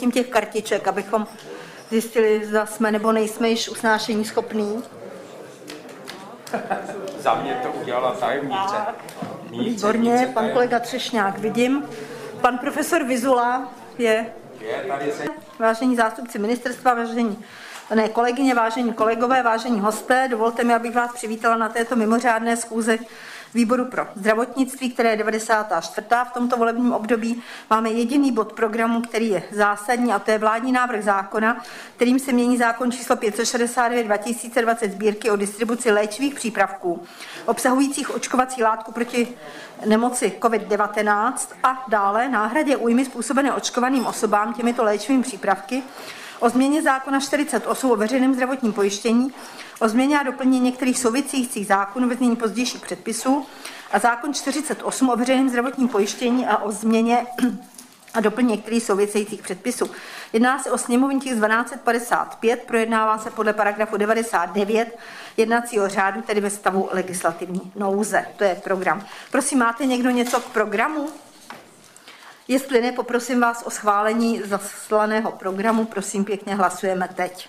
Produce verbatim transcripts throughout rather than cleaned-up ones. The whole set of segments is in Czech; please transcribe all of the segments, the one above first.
použitím těch kartiček, abychom zjistili, zda jsme nebo nejsme již usnášení schopní. Za mě to udělala tajemnice. Výborně, pan kolega Třešňák vidím. Pan profesor Vyzula je... Je, tady se... Vážení zástupci ministerstva, vážení ne, kolegyně, vážení kolegové, vážení hosté, dovolte mi, abych vás přivítala na této mimořádné schůzi Výboru pro zdravotnictví, které je devadesátá čtvrtá v tomto volebním období. Máme jediný bod programu, který je zásadní, a to je vládní návrh zákona, kterým se mění zákon číslo pět set šedesát devět dva tisíce dvacet sbírky o distribuci léčivých přípravků obsahujících očkovací látku proti nemoci covid devatenáct a dále náhradě újmy způsobené očkovaným osobám těmito léčivými přípravky, o změně zákona čtyřicet osm o veřejném zdravotním pojištění, o změně a doplnění některých souvisejících zákonů ve znění pozdějších předpisů a zákon čtyřicet osm o veřejném zdravotním pojištění a o změně a doplnění některých souvisejících předpisů. Jedná se o sněmovní tisk dvanáct set padesát pět, projednává se podle paragrafu devadesát devět jednacího řádu, tedy ve stavu legislativní nouze. To je program. Prosím, máte někdo něco k programu? Jestli ne, poprosím vás o schválení zaslaného programu. Prosím, pěkně hlasujeme teď.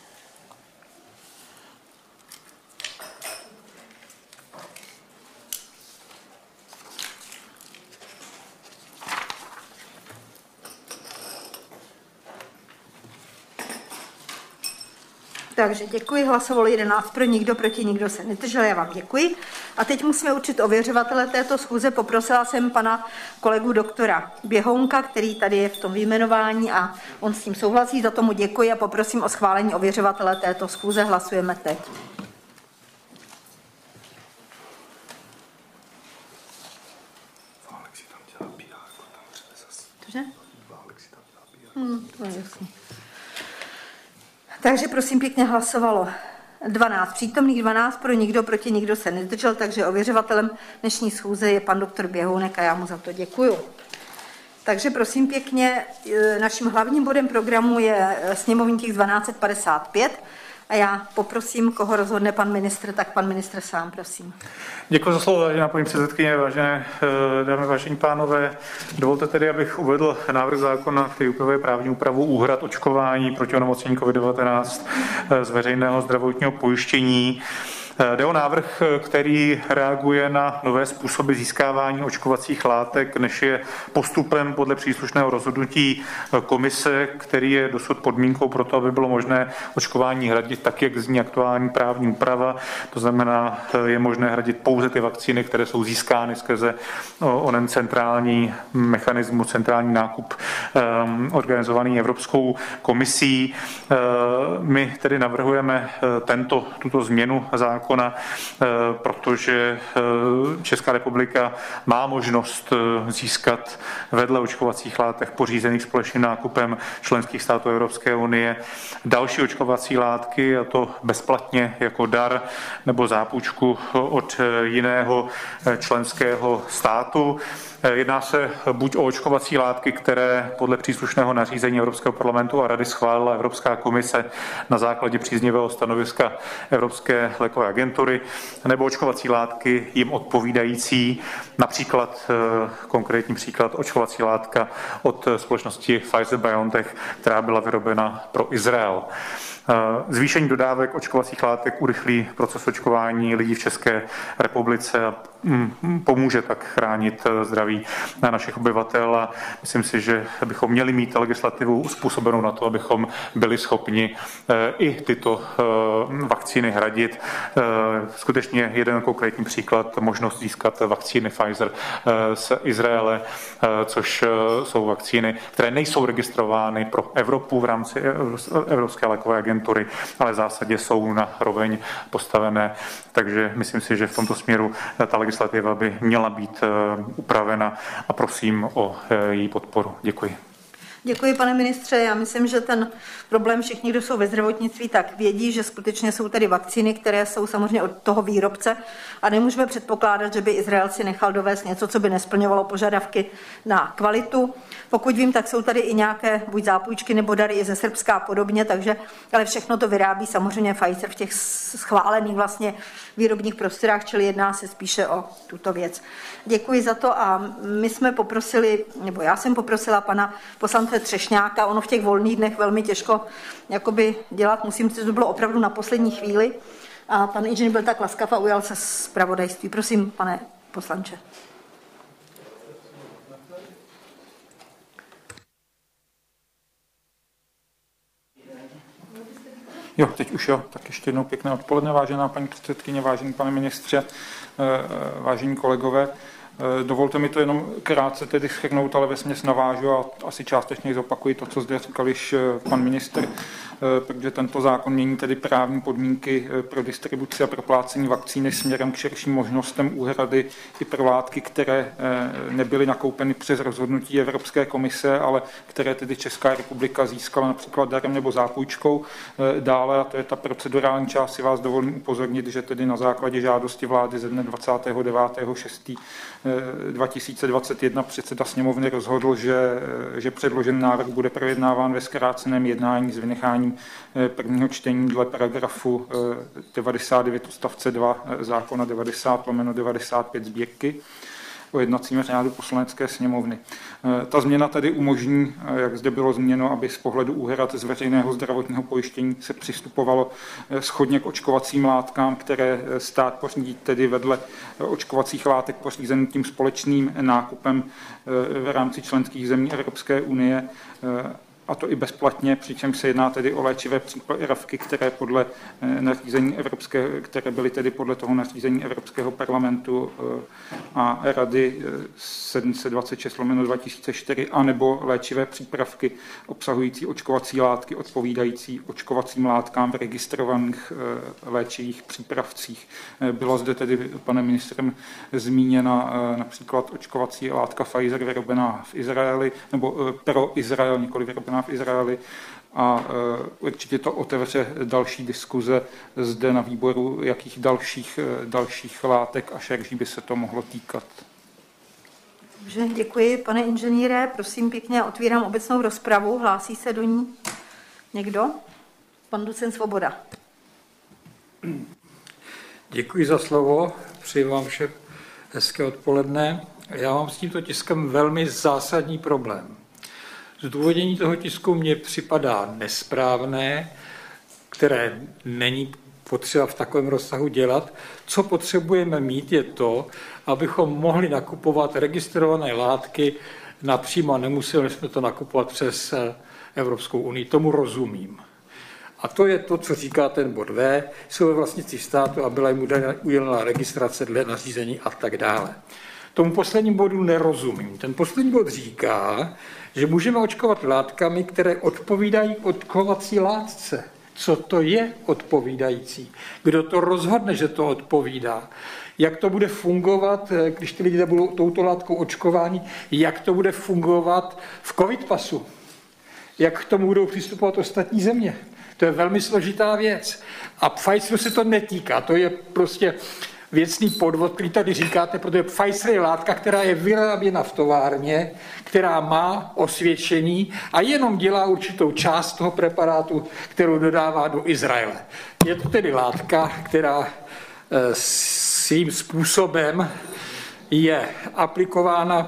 Takže děkuji, hlasovalo jedenáct pro, nikdo proti, nikdo se nedržel, já vám děkuji. A teď musíme určit ověřovatele této schůze. Poprosila jsem pana kolegu doktora Běhounka, který tady je v tom vyjmenování a on s tím souhlasí, za tomu děkuji a poprosím o schválení ověřovatele této schůze. Hlasujeme teď. Válek si tam dělá pí á, jako tam řebe zase. Cože? Válek si tam dělá pí á. Hmm, to je jasný. Takže prosím pěkně hlasovalo dvanáct přítomných, dvanáct pro, nikdo proti, nikdo se nezdržel, takže ověřovatelem dnešní schůze je pan doktor Běhounek a já mu za to děkuju. Takže prosím pěkně, naším hlavním bodem programu je sněmovní tisk dvanáct set padesát pět a já poprosím, koho rozhodne pan ministr, tak pan ministr sám, prosím. Děkuji za slovo, vážená paní předsedkyně, vážené dámy, vážení pánové. Dovolte tedy, abych uvedl návrh zákona, který upravuje právní úpravu úhrad očkování proti onemocnění covid devatenáct z veřejného zdravotního pojištění. Jde o návrh, který reaguje na nové způsoby získávání očkovacích látek, než je postupem podle příslušného rozhodnutí komise, který je dosud podmínkou pro to, aby bylo možné očkování hradit tak, jak zní aktuální právní úprava. To znamená, je možné hradit pouze ty vakcíny, které jsou získány skrze onen centrální mechanismus, centrální nákup organizovaný Evropskou komisí. My tedy navrhujeme tento, tuto změnu zákona, protože Česká republika má možnost získat vedle očkovacích látek pořízených společným nákupem členských států Evropské unie další očkovací látky, a to bezplatně jako dar nebo zápůjčku od jiného členského státu. Jedná se buď o očkovací látky, které podle příslušného nařízení Evropského parlamentu a Rady schválila Evropská komise na základě příznivého stanoviska Evropské lékové agentury, nebo očkovací látky jim odpovídající, například konkrétní příklad očkovací látka od společnosti Pfizer-BioNTech, která byla vyrobena pro Izrael. Zvýšení dodávek očkovacích látek urychlí proces očkování lidí v České republice a pomůže tak chránit zdraví našich obyvatel a myslím si, že bychom měli mít legislativu uspůsobenou na to, abychom byli schopni i tyto vakcíny hradit. Skutečně jeden konkrétní příklad, možnost získat vakcíny Pfizer z Izraele, což jsou vakcíny, které nejsou registrovány pro Evropu v rámci Evropské lékové agentury, ale v zásadě jsou na roveň postavené. Takže myslím si, že v tomto směru ta legislativa by měla být upravena a prosím o její podporu. Děkuji. Děkuji, pane ministře. Já myslím, že ten problém všichni, kdo jsou ve zdravotnictví, tak vědí, že skutečně jsou tady vakcíny, které jsou samozřejmě od toho výrobce a nemůžeme předpokládat, že by Izrael si nechal dovést něco, co by nesplňovalo požadavky na kvalitu. Pokud vím, tak jsou tady i nějaké buď zápůjčky nebo dary i ze Srbska a podobně, takže, ale všechno to vyrábí samozřejmě Pfizer v těch schválených vlastně výrobních prostorách, čili jedná se spíše o tuto věc. Děkuji za to a my jsme poprosili, nebo já jsem poprosila pana poslance poslance Třešňáka, ono v těch volných dnech velmi těžko jakoby dělat, musím říct, že to bylo opravdu na poslední chvíli. A pan inženýr byl tak laskav a ujal se zpravodajství. Prosím, pane poslanče. Jo, teď už jo, tak ještě jednou pěkné odpoledne, vážená paní předsedkyně, vážený pane ministře, vážení kolegové. Dovolte mi to jenom krátce tedy shrnout, ale vesměs navážu a asi částečně zopakuji to, co zde říkal již pan ministr, protože tento zákon mění tedy právní podmínky pro distribuci a proplácení vakcíny směrem k širším možnostem úhrady i pro látky, které nebyly nakoupeny přes rozhodnutí Evropské komise, ale které tedy Česká republika získala například darem nebo zápůjčkou. Dále, a to je ta procedurální část, si vás dovolím upozornit, že tedy na základě žádosti vlády ze dne dvacátého devátého šestého dva tisíce dvacet jedna předseda sněmovny rozhodl, že, že předložený návrh bude projednáván ve zkráceném jednání s vynecháním prvního čtení dle paragrafu devadesát devět odstavce dva zákona devadesát lomeno devadesát pět sbírky o jednacím řádu Poslanecké sněmovny. Ta změna tedy umožní, jak zde bylo zmíněno, aby z pohledu úhrad z veřejného zdravotního pojištění se přistupovalo shodně k očkovacím látkám, které stát pořídí tedy vedle očkovacích látek pořízených tím společným nákupem v rámci členských zemí Evropské unie, a to i bezplatně, přičemž se jedná tedy o léčivé přípravky, které podle nařízení evropské, které byly tedy podle toho nařízení Evropského parlamentu a Rady sedm set dvacet šest lomeno dva tisíce čtyři, anebo léčivé přípravky obsahující očkovací látky odpovídající očkovacím látkám v registrovaných léčivých přípravcích. Byla zde tedy panem ministrem zmíněna například očkovací látka Pfizer vyrobená v Izraeli, nebo pro Izrael, nikoli vyrobená v Izraeli, a určitě to otevře další diskuze zde na výboru, jakých dalších, dalších látek a šerží by se to mohlo týkat. Dobře, děkuji, pane inženýre. Prosím pěkně, otvírám obecnou rozpravu. Hlásí se do ní někdo? Pan docent Svoboda. Děkuji za slovo. Přeji vám všem hezké odpoledne. Já mám s tímto tiskem velmi zásadní problém. Zdůvodnění toho tisku mně připadá nesprávné, které není potřeba v takovém rozsahu dělat. Co potřebujeme mít je to, abychom mohli nakupovat registrované látky napřímo a nemuseli jsme to nakupovat přes Evropskou unii. Tomu rozumím. A to je to, co říká ten bod V, jsou ve vlastnictví státu a byla jim udělena registrace dle nařízení a tak dále. Tomu posledním bodu nerozumím. Ten poslední bod říká, že můžeme očkovat látkami, které odpovídají očkovací látce. Co to je odpovídající? Kdo to rozhodne, že to odpovídá? Jak to bude fungovat, když ty lidé budou touto látkou očkováni? Jak to bude fungovat v covid pasu? Jak k tomu budou přistupovat ostatní země? To je velmi složitá věc. A Pfizeru se to netýká. To je prostě věcný podvod, který tady říkáte, protože Pfizer je látka, která je vyráběna v továrně, která má osvědčení a jenom dělá určitou část toho preparátu, kterou dodává do Izraele. Je to tedy látka, která svým způsobem je aplikována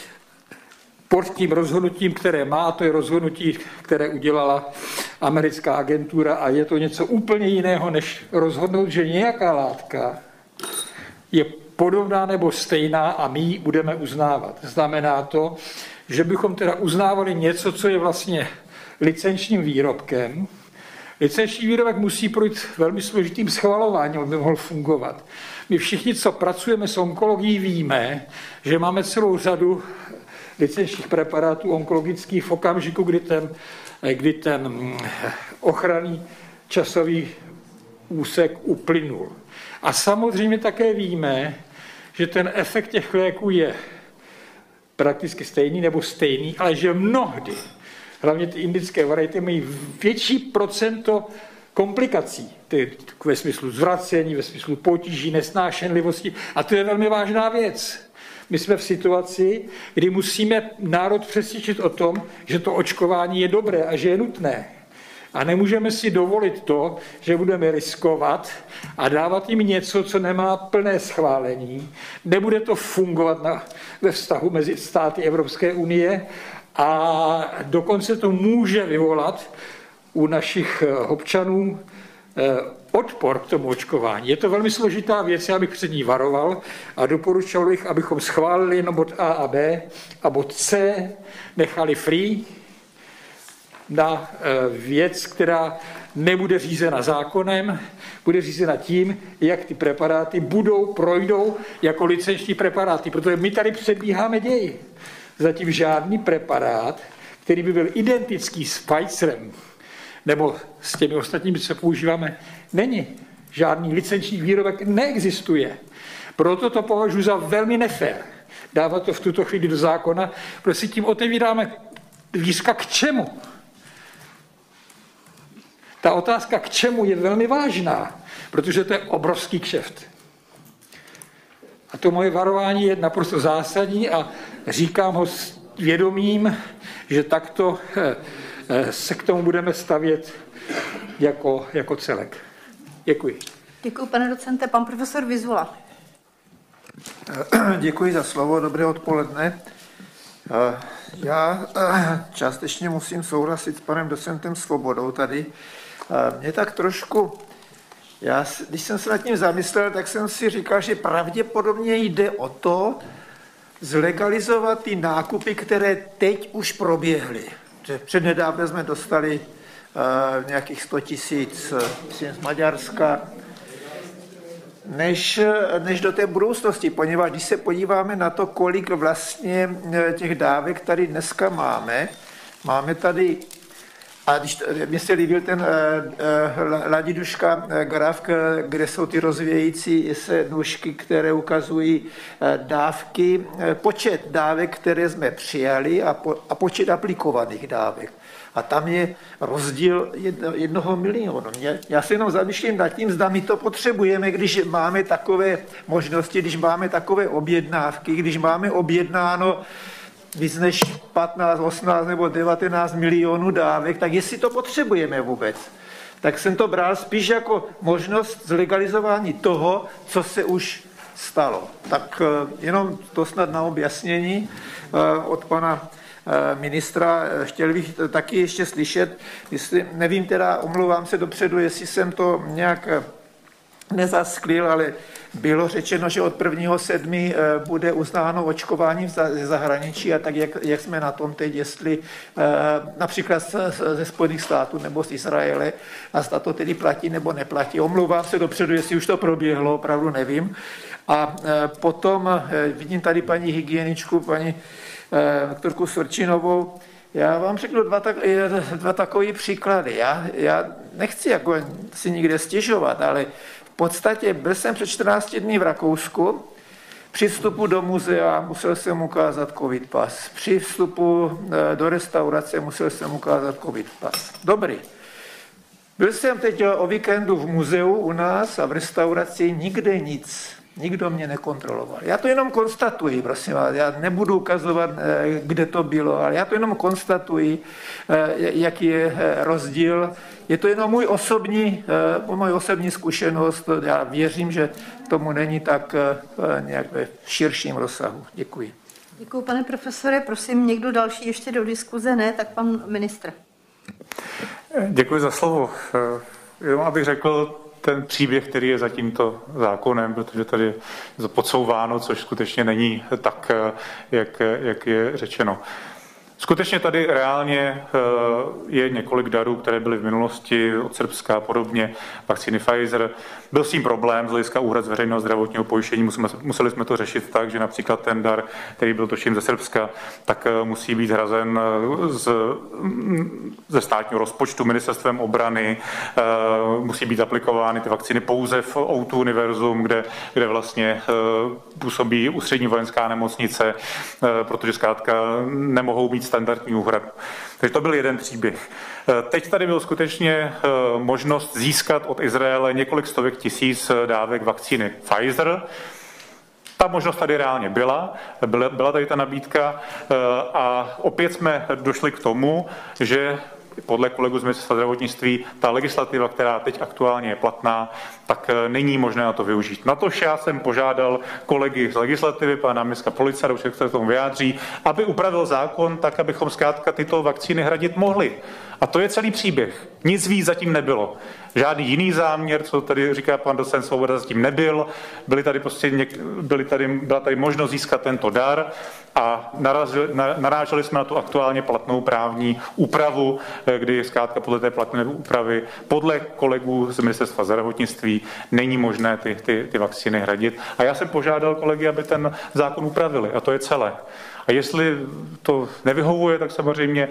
pod tím rozhodnutím, které má, to je rozhodnutí, které udělala americká agentura a je to něco úplně jiného, než rozhodnout, že nějaká látka je podobná nebo stejná a my ji budeme uznávat. Znamená to, že bychom teda uznávali něco, co je vlastně licenčním výrobkem. Licenční výrobek musí projít velmi složitým schvalováním, aby mohl fungovat. My všichni, co pracujeme s onkologií, víme, že máme celou řadu licenčních preparátů onkologických v okamžiku, kdy ten, kdy ten ochranný časový úsek uplynul. A samozřejmě také víme, že ten efekt těch léků je prakticky stejný nebo stejný, ale že mnohdy, hlavně ty indické variety, mají větší procento komplikací, ty ve smyslu zvracení, ve smyslu potíží, nesnášenlivosti. A to je velmi vážná věc. My jsme v situaci, kdy musíme národ přesvědčit o tom, že to očkování je dobré a že je nutné. A nemůžeme si dovolit to, že budeme riskovat a dávat jim něco, co nemá plné schválení. Nebude to fungovat na, ve vztahu mezi státy Evropské unie a dokonce to může vyvolat u našich občanů odpor k tomu očkování. Je to velmi složitá věc, já bych před ní varoval a doporučoval bych, abychom schválili jenom bod A a B a bod C nechali free na věc, která nebude řízena zákonem, bude řízena tím, jak ty preparáty budou, projdou jako licenční preparáty, protože my tady předbíháme ději. Zatím žádný preparát, který by byl identický s Pfizerem nebo s těmi ostatními, co používáme, není. Žádný licenční výrobek neexistuje. Proto to považuji za velmi nefér. Dávat to v tuto chvíli do zákona, protože si tím otevíráme dvířka k čemu. Ta otázka k čemu je velmi vážná, protože to je obrovský kšeft. A to moje varování je naprosto zásadní a říkám ho s vědomím, že takto se k tomu budeme stavět jako, jako celek. Děkuji. Děkuji, pane docente. Pan profesor Vyzula. Děkuji za slovo, dobré odpoledne. Já částečně musím souhlasit s panem docentem Svobodou tady. Mě tak trošku, já, když jsem se nad tím zamyslel, tak jsem si říkal, že pravděpodobně jde o to, zlegalizovat ty nákupy, které teď už proběhly. Přednedávno jsme dostali uh, nějakých sto tisíc z Maďarska, než, než do té budoucnosti, poněvadž když se podíváme na to, kolik vlastně těch dávek tady dneska máme, máme tady, a když mně se líbil ten uh, uh, Ladiduška uh, graf, kde jsou ty rozvíjející se nůžky, které ukazují uh, dávky, uh, počet dávek, které jsme přijali a, po, a počet aplikovaných dávek. A tam je rozdíl jedno, jednoho milionu. Já se jenom zamýšlím nad tím, zda my to potřebujeme, když máme takové možnosti, když máme takové objednávky, když máme objednáno víc než patnáct, osmnáct nebo devatenáct milionů dávek, tak jestli to potřebujeme vůbec. Tak jsem to bral spíš jako možnost zlegalizování toho, co se už stalo. Tak jenom to snad na objasnění od pana ministra. Chtěl bych taky ještě slyšet, jestli, nevím teda, omlouvám se dopředu, jestli jsem to nějak nezasklil, ale bylo řečeno, že od prvního sedmého bude uznáno očkování ze zahraničí a tak, jak, jak jsme na tom teď, jestli například ze Spojených států nebo z Izraele, a zda to tedy platí nebo neplatí. Omlouvám se dopředu, jestli už to proběhlo, opravdu nevím. A potom vidím tady paní hygieničku, paní doktorku Svrčinovou. Já vám řeknu dva, tak, dva takové příklady. Já, já nechci jako si nikde stěžovat, ale v podstatě byl jsem před čtrnácti dny v Rakousku. Při vstupu do muzea musel jsem ukázat covid pas. Při vstupu do restaurace musel jsem ukázat covid pas. Dobrý. Byl jsem teď o víkendu v muzeu u nás a v restauraci nikde nic. Nikdo mě nekontroloval. Já to jenom konstatuji, prosím vás. Já nebudu ukazovat, kde to bylo, ale já to jenom konstatuji, jaký je rozdíl. Je to jenom můj osobní, můj osobní zkušenost. Já věřím, že tomu není tak nějak ve širším rozsahu. Děkuji. Děkuji, pane profesore. Prosím, někdo další ještě do diskuze? Ne, tak pan ministr. Děkuji za slovo. Jenom abych řekl ten příběh, který je za tímto zákonem, protože tady je podsouváno, což skutečně není tak, jak, jak je řečeno. Skutečně tady reálně je několik darů, které byly v minulosti od Srbska a podobně, vakcíny Pfizer. Byl s tím problém z hlediska úhrad z veřejného zdravotního pojištění. Museli, museli jsme to řešit tak, že například ten dar, který byl točen ze Srbska, tak musí být hrazen z, ze státního rozpočtu ministerstvem obrany. Musí být aplikovány ty vakcíny pouze v O dva univerzum, kde, kde vlastně působí ústřední vojenská nemocnice, protože zkrátka nemohou mít standardní úhradu. Takže to byl jeden příběh. Teď tady byl skutečně možnost získat od Izraele několik stovek tisíc dávek vakcíny Pfizer. Ta možnost tady reálně byla, byla tady ta nabídka a opět jsme došli k tomu, že podle kolegů z Ministerstva zdravotnictví ta legislativa, která teď aktuálně je platná, tak není možné na to využít. Na to já jsem požádal kolegy z legislativy, pana náměstka Policara, už se k tomu vyjádří, aby upravil zákon tak, abychom zkrátka tyto vakcíny hradit mohli. A to je celý příběh. Nic víc zatím nebylo. Žádný jiný záměr, co tady říká pan docent Svoboda, zatím nebyl. Byly tady prostě něk, byly tady, byla tady možnost získat tento dar a narazili, naráželi jsme na tu aktuálně platnou právní úpravu, kdy zkrátka podle té platné úpravy, podle kolegů z Ministerstva zdravotnictví není možné ty, ty, ty vakcíny hradit. A já jsem požádal kolegy, aby ten zákon upravili a to je celé. A jestli to nevyhovuje, tak samozřejmě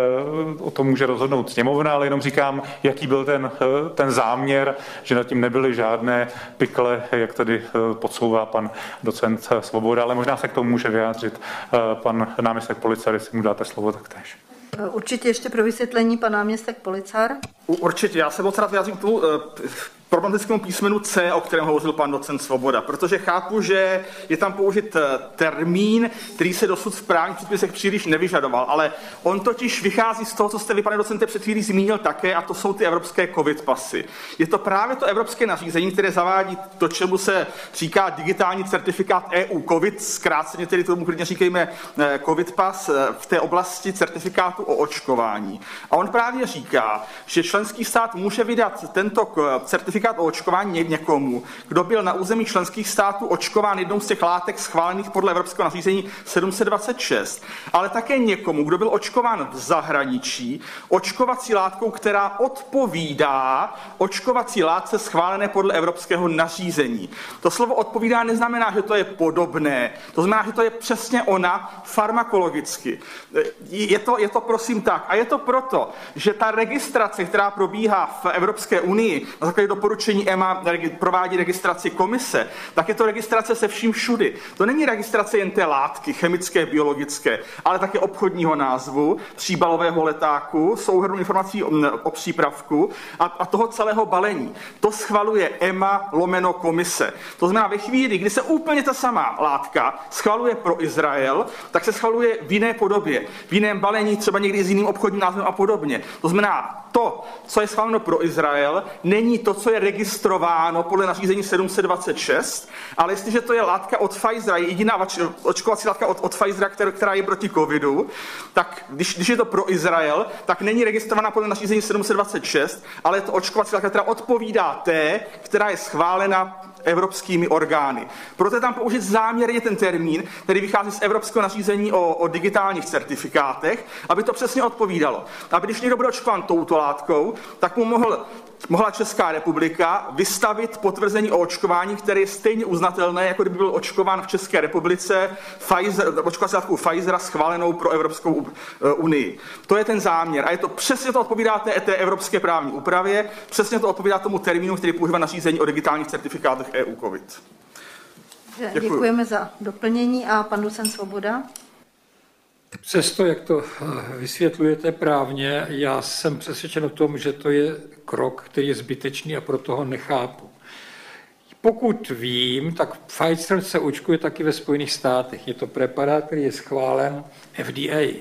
o tom může rozhodnout sněmovna, ale jenom říkám, jaký byl ten, ten záměr, že nad tím nebyly žádné pikle, jak tady podsouvá pan docent Svoboda, ale možná se k tomu může vyjádřit pan náměstek Policar, jestli mu dáte slovo taktéž. Určitě ještě pro vysvětlení pan náměstek Policar. Určitě, já se moc rád vyjádřím k tomu problematickému písmenu C, o kterém hovořil pan docent Svoboda, protože chápu, že je tam použit termín, který se dosud v právních předpisech příliš nevyžadoval, ale on totiž vychází z toho, co jste vy, pane docente, před chvílí zmínil také, a to jsou ty evropské covid pasy. Je to právě to evropské nařízení, které zavádí to, čemu se říká digitální certifikát E U COVID, zkráceně tedy tomu klidně říkejme covid pas, v té oblasti certifikátu o očkování. A on právě říká, že členský stát může vydat tento certifikát o očkování někomu, kdo byl na území členských států očkován jednou z těch látek schválených podle evropského nařízení sedm set dvacet šest, ale také někomu, kdo byl očkován v zahraničí očkovací látkou, která odpovídá očkovací látce schválené podle evropského nařízení. To slovo odpovídá neznamená, že to je podobné, to znamená, že to je přesně ona farmakologicky. Je to, je to prosím tak. A je to proto, že ta registrace, která probíhá v Evropské unii, na základě doporučení E M A provádí registraci komise, tak je to registrace se vším všudy. To není registrace jen té látky, chemické, biologické, ale také obchodního názvu, příbalového letáku, souhrnu informací o, o přípravku a, a toho celého balení. To schvaluje E M A lomeno komise. To znamená, ve chvíli, kdy se úplně ta samá látka schvaluje pro Izrael, tak se schvaluje v jiné podobě, v jiném balení, třeba někdy s jiným obchodním názvem a podobně. To znamená, to, co je schváleno pro Izrael, není to, co je registrováno podle nařízení sedm set dvacet šest, ale jestliže to je látka od Pfizera, je jediná očkovací látka od, od Pfizera, která je proti covidu, tak když, když je to pro Izrael, tak není registrovaná podle nařízení sedm set dvacet šest, ale je to očkovací látka, která odpovídá té, která je schválena evropskými orgány. Proto je tam použit záměrně ten termín, který vychází z evropského nařízení o, o digitálních certifikátech, aby to přesně odpovídalo. Aby když někdo bude očkován touto látkou, tak mu mohl, mohla Česká republika vystavit potvrzení o očkování, které je stejně uznatelné, jako kdyby byl očkován v České republice Pfizer, očkovací látkou Pfizera schválenou pro Evropskou unii. To je ten záměr. A je to přesně to odpovídá té, té evropské právní úpravě, přesně to odpovídá tomu termínu, který používá nařízení o digitálních certifikátech E U COVID. Děkuji. Děkujeme za doplnění a pan docent Svoboda. Přesto, jak to vysvětlujete právně, já jsem přesvědčen o tom, že to je krok, který je zbytečný a proto ho nechápu. Pokud vím, tak Pfizer se očkuje taky ve Spojených státech. Je to preparát, který je schválen F D A.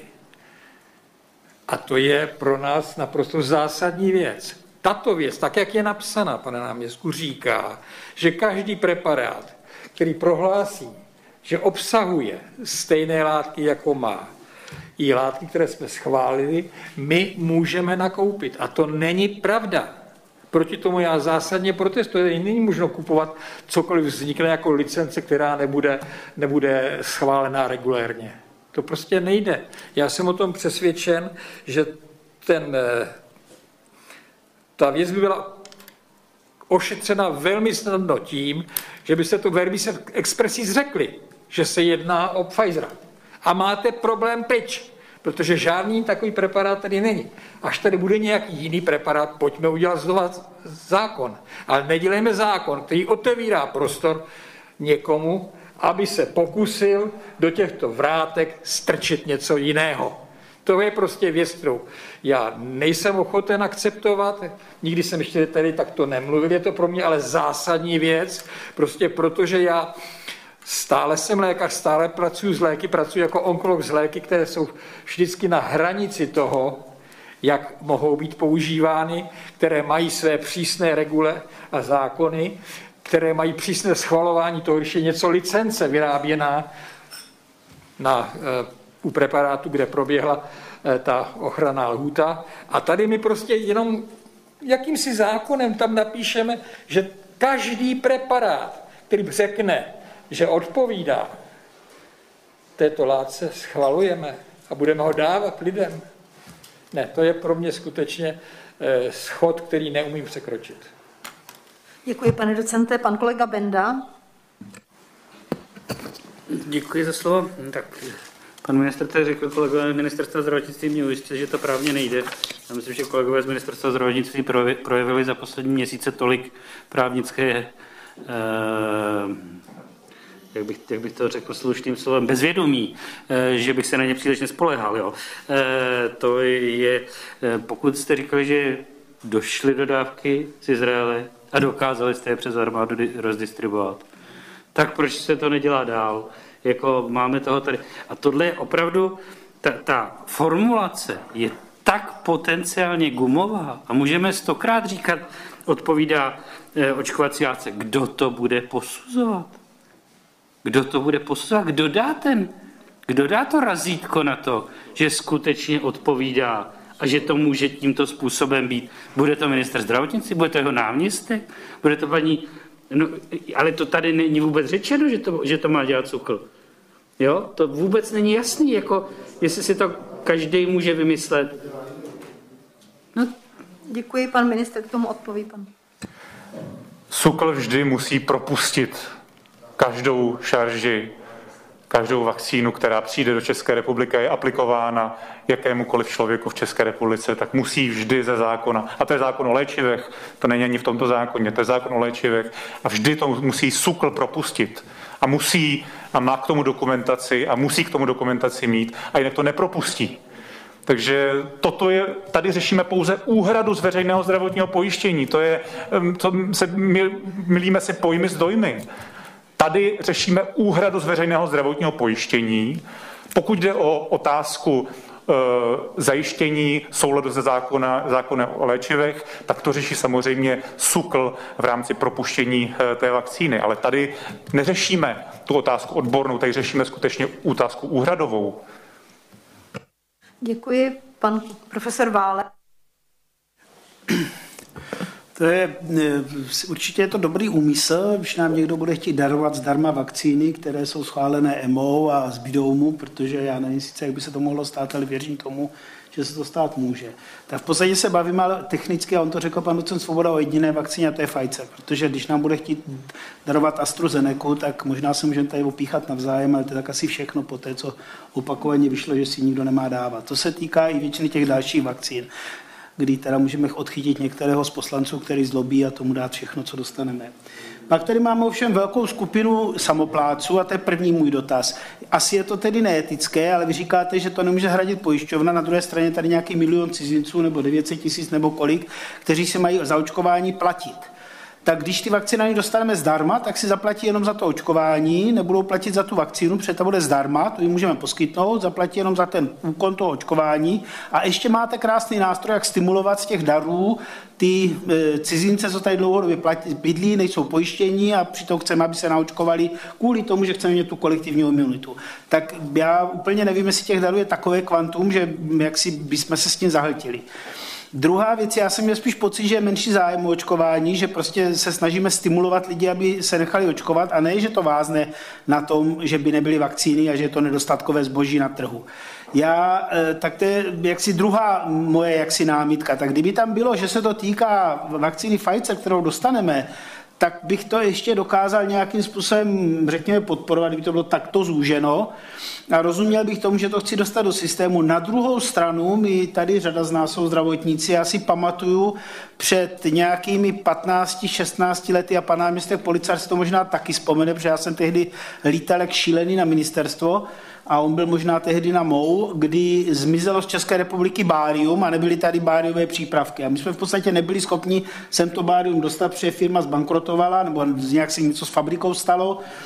A to je pro nás naprosto zásadní věc. Tato věc, tak jak je napsaná, pane náměstku, říká, že každý preparát, který prohlásí, že obsahuje stejné látky, jako má, i látky, které jsme schválili, my můžeme nakoupit. A to není pravda. Proti tomu já zásadně protestuji. Není možno kupovat cokoliv vznikne jako licence, která nebude, nebude schválená regulérně. To prostě nejde. Já jsem o tom přesvědčen, že ten, ta věc by byla ošetřena velmi snadno tím, že byste to verbis expressis řekli, že se jedná o Pfizera. A máte problém teď, protože žádný takový preparát tady není. Až tady bude nějaký jiný preparát, pojďme udělat znova zákon. Ale nedělejme zákon, který otevírá prostor někomu, aby se pokusil do těchto vrátek strčit něco jiného. To je prostě věc, kterou já nejsem ochoten akceptovat, nikdy jsem ještě tady takto nemluvil, je to pro mě ale zásadní věc, prostě protože já stále jsem lékař, stále pracuji s léky, pracuji jako onkolog s léky, které jsou vždycky na hranici toho, jak mohou být používány, které mají své přísné regule a zákony, které mají přísné schvalování toho, když je něco licence vyráběná na, u preparátu, kde proběhla ta ochranná lhůta. A tady my prostě jenom jakýmsi zákonem tam napíšeme, že každý preparát, který řekne, že odpovídá této látce, schvalujeme a budeme ho dávat lidem. Ne, to je pro mě skutečně schod, který neumím překročit. Děkuji, pane docente. Pan kolega Benda. Děkuji za slovo. Tak, pan ministr tady řekl, kolegové ministerstva zdravotnictví mě ujistil, že to právně nejde. Já myslím, že kolegové z ministerstva zdravotnictví projevili za poslední měsíce tolik právnické, eh, jak, bych, jak bych to řekl slušným slovem, bezvědomí, eh, že bych se na ně příliš nespolehal. Jo. Eh, to je, eh, pokud jste říkali, že došly dodávky z Izraele a dokázali jste je přes armádu rozdistribuovat, tak proč se to nedělá dál? Jako máme toho tady. A tohle je opravdu, ta, ta formulace je tak potenciálně gumová a můžeme stokrát říkat, odpovídá eh, očkovací látce, kdo to bude posuzovat? Kdo to bude posuzovat? Kdo dá ten, kdo dá to razítko na to, že skutečně odpovídá a že to může tímto způsobem být? Bude to ministr zdravotnictví? Bude to jeho náměstek? Bude to paní... No, ale to tady není vůbec řečeno, že to, že to má dělat SÚKL. Jo? To vůbec není jasný, jako jestli si to každý může vymyslet. No. Děkuji, pan ministr k tomu odpoví. Pan. SÚKL vždy musí propustit každou šarži, každou vakcínu, která přijde do České republiky a je aplikována jakémukoliv člověku v České republice, tak musí vždy ze zákona, a to je zákon o léčivech, to není ani v tomto zákoně, to je zákon o léčivech, a vždy to musí SÚKL propustit. A musí, a má k tomu dokumentaci, a musí k tomu dokumentaci mít, a jinak to nepropustí. Takže toto je, tady řešíme pouze úhradu z veřejného zdravotního pojištění. To je, to se, milíme si pojmy s dojmy. Tady řešíme úhradu z veřejného zdravotního pojištění. Pokud jde o otázku e, zajištění souladu ze zákona, zákona o léčivech, tak to řeší samozřejmě SÚKL v rámci propuštění e, té vakcíny. Ale tady neřešíme tu otázku odbornou, tady řešíme skutečně otázku úhradovou. Děkuji. Pan profesor Válek. To je, určitě je to dobrý úmysl, když nám někdo bude chtít darovat zdarma vakcíny, které jsou schválené E M O a zbydou mu, protože já nevím sice, jak by se to mohlo stát, ale věřím tomu, že se to stát může. Tak v podstatě se bavíme technicky, a on to řekl pan docent Svoboda, o jediné vakcíně, a to je Pfizer, protože když nám bude chtít darovat AstraZenecu, tak možná se můžeme tady opíchat navzájem, ale to je tak asi všechno po té, co opakovaně vyšlo, že si nikdo nemá dávat. To se týká i většiny těch dalších vakcín, kdy teda můžeme odchytit některého z poslanců, který zlobí, a tomu dát všechno, co dostaneme. Pak tady máme ovšem velkou skupinu samopláců a to je první můj dotaz. Asi je to tedy neetické, ale vy říkáte, že to nemůže hradit pojišťovna, na druhé straně tady nějaký milion cizinců nebo devět set tisíc nebo kolik, kteří si mají za očkování platit. Tak když ty vakcíny dostaneme zdarma, tak si zaplatí jenom za to očkování, nebudou platit za tu vakcínu, protože ta bude zdarma, to jim můžeme poskytnout, zaplatí jenom za ten úkon toho očkování. A ještě máte krásný nástroj, jak stimulovat z těch darů ty e, cizince, co tady dlouhodobě platí, bydlí, nejsou pojištění a přitom chceme, aby se naočkovali kvůli tomu, že chceme mít tu kolektivní imunitu. Tak já úplně nevím, jestli těch darů je takové kvantum, že jak si bychom se s tím zahltili. Druhá věc, já jsem měl spíš pocit, že je menší zájem o očkování, že prostě se snažíme stimulovat lidi, aby se nechali očkovat, a ne, že to vázne na tom, že by nebyly vakcíny a že je to nedostatkové zboží na trhu. Já, tak to je jaksi druhá moje jaksi námitka. Tak kdyby tam bylo, že se to týká vakcíny Pfizer, kterou dostaneme, tak bych to ještě dokázal nějakým způsobem, řekněme, podporovat, kdyby to bylo takto zúženo. A rozuměl bych tomu, že to chci dostat do systému. Na druhou stranu, my tady řada z nás jsou zdravotníci, já si pamatuju před nějakými patnácti šestnácti lety, a pan náměstek Policar si to možná taky vzpomene, protože já jsem tehdy lítal jak šílený na ministerstvo, a on byl možná tehdy na mou, kdy zmizelo z České republiky bárium a nebyly tady báriové přípravky. A my jsme v podstatě nebyli schopni sem to bárium dostat, protože firma zbankrotovala, nebo nějak se něco s fabrikou stalo.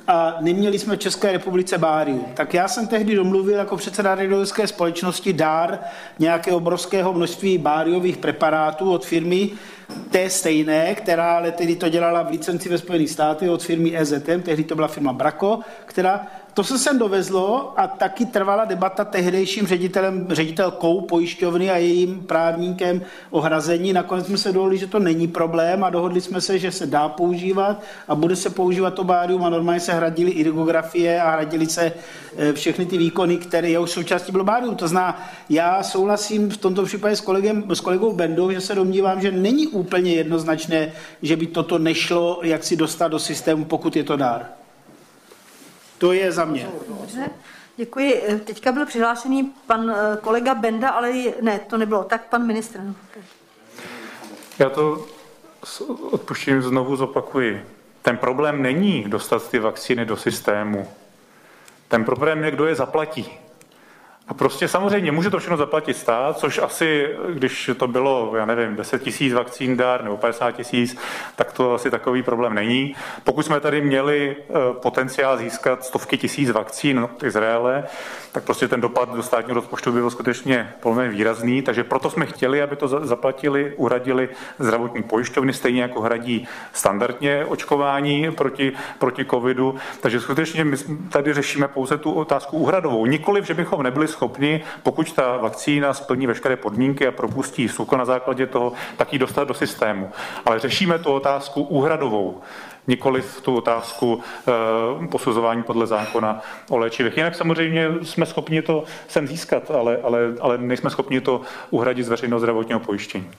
a neměli jsme v České republice bárium. Tak já jsem tehdy domluvil jako předseda radiologické společnosti dár nějakého obrovského množství báriových preparátů od firmy té stejné, která ale tedy to dělala v licenci ve Spojených státech od firmy E Z M, tehdy to byla firma Brako, která to se sem dovezlo a taky trvala debata tehdejším ředitelem, ředitelkou pojišťovny a jejím právníkem o hrazení. Nakonec jsme se dohodli, že to není problém a dohodli jsme se, že se dá používat a bude se používat to bárium a normálně se hradily irigografie a hradily se všechny ty výkony, které jeho součástí bylo bárium. To znamená, já souhlasím v tomto případě s, kolegem, s kolegou Bendou, že se domnívám, že není úplně jednoznačné, že by toto nešlo jak si dostat do systému, pokud je to dár. To je za mě. Dobře, děkuji. Teďka byl přihlášený pan kolega Benda, ale ne, to nebylo. Tak pan ministr. Já to s odpuštěním znovu zopakuji. Ten problém není dostat ty vakcíny do systému. Ten problém je, kdo je zaplatí. A prostě samozřejmě může to všechno zaplatit stát, což asi, když to bylo, já nevím, deset tisíc vakcín dár nebo padesát tisíc, tak to asi takový problém není. Pokud jsme tady měli potenciál získat stovky tisíc vakcín od Izraele, tak prostě ten dopad do státního rozpočtu by byl skutečně poměrně výrazný, takže proto jsme chtěli, aby to zaplatili, uhradili zdravotní pojišťovny, stejně jako hradí standardně očkování proti, proti covidu. Takže skutečně my tady řešíme pouze tu otázku úhradovou. Nikoliv, že bychom nebyli schopni, pokud ta vakcína splní veškeré podmínky a propustí SÚKL na základě toho, tak ji dostat do systému. Ale řešíme tu otázku úhradovou, nikoliv tu otázku e, posuzování podle zákona o léčivech. Jinak samozřejmě jsme schopni to sem získat, ale, ale, ale nejsme schopni to uhradit z veřejného zdravotního pojištění.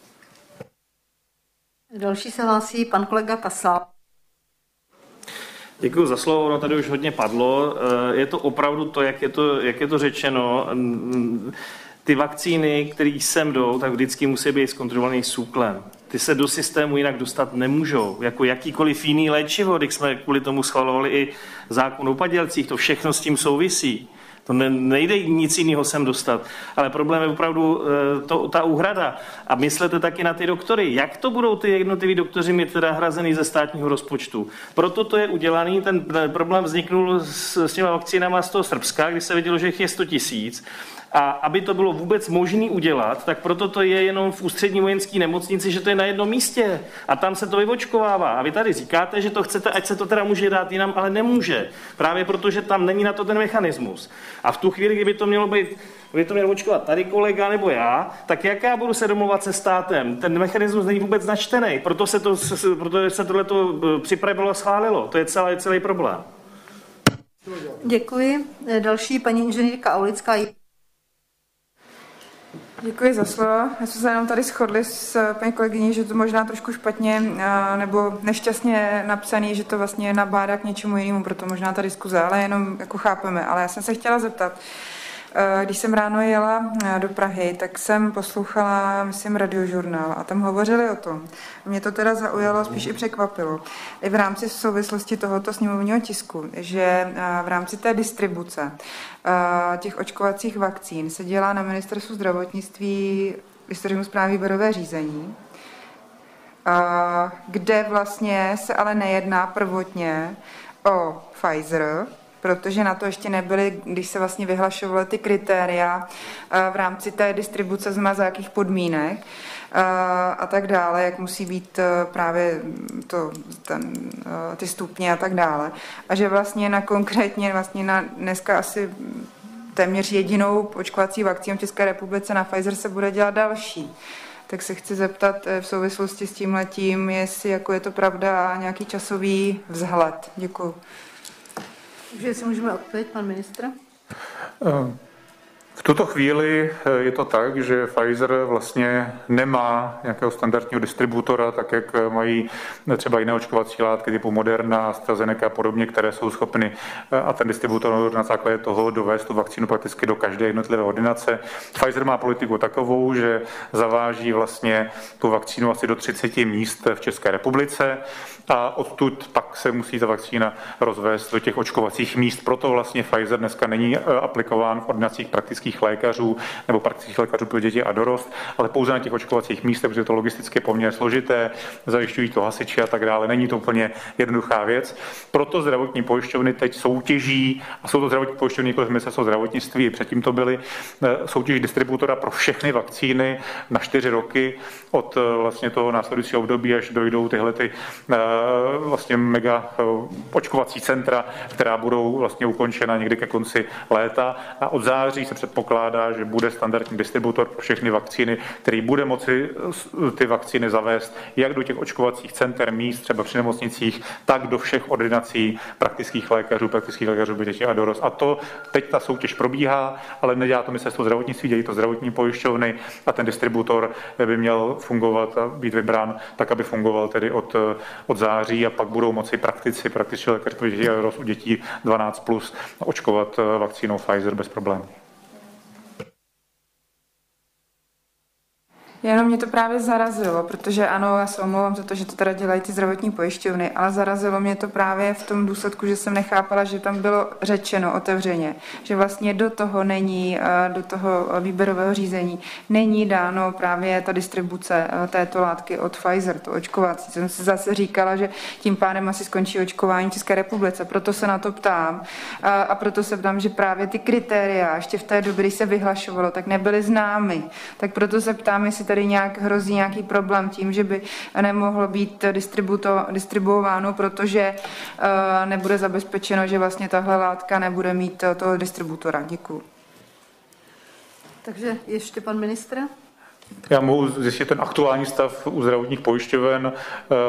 Další se hlásí pan kolega Kasal. Děkuji za slovo, no tady už hodně padlo. Je to opravdu to, jak je to, jak je to řečeno. Ty vakcíny, které sem jdou, tak vždycky musí být zkontrolovaný SÚKLem. Ty se do systému jinak dostat nemůžou. Jako jakýkoliv jiný léčivo, když jsme kvůli tomu schvalovali i zákon o padělcích, to všechno s tím souvisí. To ne, nejde nic jiného sem dostat. Ale problém je opravdu to, ta úhrada. A myslete taky na ty doktory. Jak to budou ty jednotliví doktoři mít teda hrazený ze státního rozpočtu? Proto to je udělaný. Ten problém vzniknul s, s těma vakcínama z toho Srbska, kdy se vidělo, že jich je sto tisíc. A aby to bylo vůbec možné udělat, tak proto to je jenom v ústřední vojenské nemocnici, že to je na jednom místě. A tam se to vyvočkovává. A vy tady říkáte, že to chcete, ať se to teda může dát jinam, ale nemůže. Právě proto, že tam není na to ten mechanismus. A v tu chvíli, kdyby to mělo být, kdyby to měl očkovat tady kolega nebo já, tak jak já budu se domluvat se státem? Ten mechanismus není vůbec načtený. Proto se, to, proto se tohleto připravilo a schválilo. To je celý, celý problém. Děkuji. Další paní inženýrka Aulická. Děkuji za slovo. Já jsme se jenom tady shodli s paní kolegyní, že to možná trošku špatně nebo nešťastně napsaný, že to vlastně nabádá k něčemu jinému, proto možná ta diskuze, ale jenom jako chápeme. Ale já jsem se chtěla zeptat, když jsem ráno jela do Prahy, tak jsem poslouchala, myslím, radiožurnál a tam hovořili o tom. Mě to teda zaujalo, spíš i překvapilo. I v rámci souvislosti tohoto sněmovního tisku, že v rámci té distribuce těch očkovacích vakcín se dělá na ministerstvu zdravotnictví, když to řeknu správně, výběrové řízení, kde vlastně se ale nejedná prvotně o Pfizer, protože na to ještě nebyly, když se vlastně vyhlašovaly ty kritéria v rámci té distribuce, znamená za jakých podmínek a tak dále, jak musí být právě to, ten, ty stupně a tak dále. A že vlastně na konkrétně vlastně na dneska asi téměř jedinou očkovací vakcínu v České republice na Pfizer se bude dělat další. Tak se chci zeptat v souvislosti s tímhletím, jestli jako je to pravda a nějaký časový vzhled. Děkuji. Takže si můžeme odpovědět, pan ministr? V tuto chvíli je to tak, že Pfizer vlastně nemá nějakého standardního distributora, tak jak mají třeba jiné očkovací látky typu Moderna, AstraZeneca a podobně, které jsou schopny a ten distributor na základě toho dovést tu vakcínu prakticky do každé jednotlivé ordinace. Pfizer má politiku takovou, že zaváží vlastně tu vakcínu asi do třicet míst v České republice a odtud pak se musí ta vakcína rozvést do těch očkovacích míst. Proto vlastně Pfizer dneska není aplikován v ordinacích prakticky praktických lékařů nebo praktických lékařů pro děti a dorost, ale pouze na těch očkovacích místech, protože je to logisticky poměrně složité, zajišťují to hasiči a tak dále. Není to úplně jednoduchá věc. Proto zdravotní pojišťovny teď soutěží, a jsou to zdravotní pojišťovny jako ministerstvo zdravotnictví, předtím to byly soutěž distributora pro všechny vakcíny na čtyři roky od vlastně toho následujícího období, až dojdou tyhle ty vlastně mega očkovací centra, která budou vlastně ukončena někdy ke konci léta. A od září se předpokládá, že bude standardní distributor pro všechny vakcíny, který bude moci ty vakcíny zavést jak do těch očkovacích center, míst, třeba při nemocnicích, tak do všech ordinací praktických lékařů, praktických lékařů pro děti a dorost. A to teď ta soutěž probíhá, ale nedělá to ministerstvo zdravotnictví, dělají to zdravotní pojišťovny a ten distributor by měl fungovat a být vybrán tak, aby fungoval tedy od, od září a pak budou moci praktici, praktičtí lékaři pro děti a dorost u dětí dvanáct plus očkovat vakcínou Pfizer bez problémů. Jenom mě to právě zarazilo, protože ano, já se omlouvám za to, že to teda dělají ty zdravotní pojišťovny, ale zarazilo mě to právě v tom důsledku, že jsem nechápala, že tam bylo řečeno otevřeně, že vlastně do toho není, do toho výběrového řízení není dáno právě ta distribuce této látky od Pfizer, to očkovací. Jsem si zase říkala, že tím pádem asi skončí očkování v České republice, proto se na to ptám a proto se ptám, že právě ty kritéria ještě v té době, kdy se vyhlašovalo, tak nebyly známy. Tak proto se ptám, jestli tady nějak hrozí nějaký problém tím, že by nemohlo být distribuováno, protože uh, nebude zabezpečeno, že vlastně tahle látka nebude mít toho distributora. Děkuju. Takže ještě pan ministr. Já mohu zjistit ten aktuální stav u zdravotních pojišťoven, uh,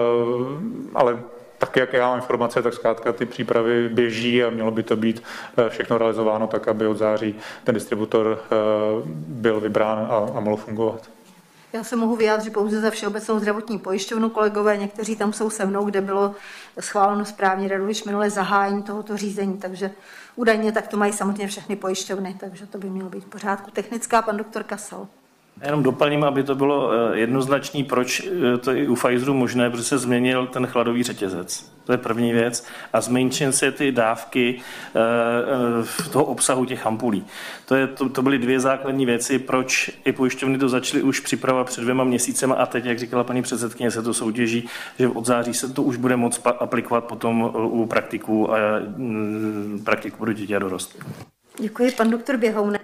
ale tak, jak já mám informace, tak zkrátka ty přípravy běží a mělo by to být všechno realizováno tak, aby od září ten distributor uh, byl vybrán a, a mohl fungovat. Já se mohu vyjádřit pouze za Všeobecnou zdravotní pojišťovnu. Kolegové, někteří tam jsou se mnou, kde bylo schváleno správně radou již minulé zahájení tohoto řízení, takže údajně tak to mají samozřejmě všechny pojišťovny, takže to by mělo být v pořádku. Technická, pan doktor Kasal. Jenom doplním, aby to bylo jednoznačný, proč to je u Pfizeru možné, protože se změnil ten chladový řetězec. To je první věc. A zmenšily se ty dávky v toho obsahu těch ampulí. To, je, to, to byly dvě základní věci, proč i pojišťovny to začaly už připravovat před dvěma měsícema a teď, jak říkala paní předsedkyně, se to soutěží, že od září se to už bude moct aplikovat potom u praktiků a praktiků pro děti a dorost. Děkuji, pan doktor Běhounek.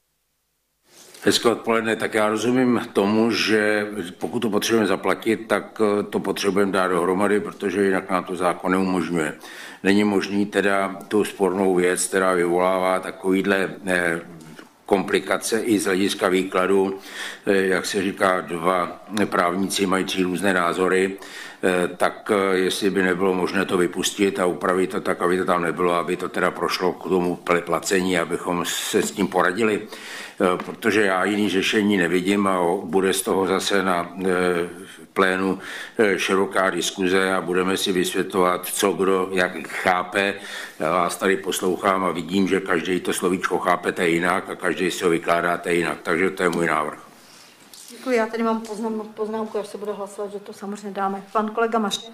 Hezké odpoledne, tak já rozumím tomu, že pokud to potřebujeme zaplatit, tak to potřebujeme dát dohromady, protože jinak nám to zákon neumožňuje. Není možný teda tu spornou věc, která vyvolává takovýhle komplikace i z hlediska výkladu, jak se říká, dva právníci mající různé názory, tak jestli by nebylo možné to vypustit a upravit to tak, aby to tam nebylo, aby to teda prošlo k tomu placení, abychom se s tím poradili, protože já jiný řešení nevidím a bude z toho zase na plénu široká diskuze a budeme si vysvětlovat, co kdo jak chápe. Já vás tady poslouchám a vidím, že každý to slovíčko chápete jinak a každý si ho vykládáte jinak, takže to je můj návrh. Děkuji, já tady mám poznám, poznámku, až se bude hlasovat, že to samozřejmě dáme. Pan kolega Maš.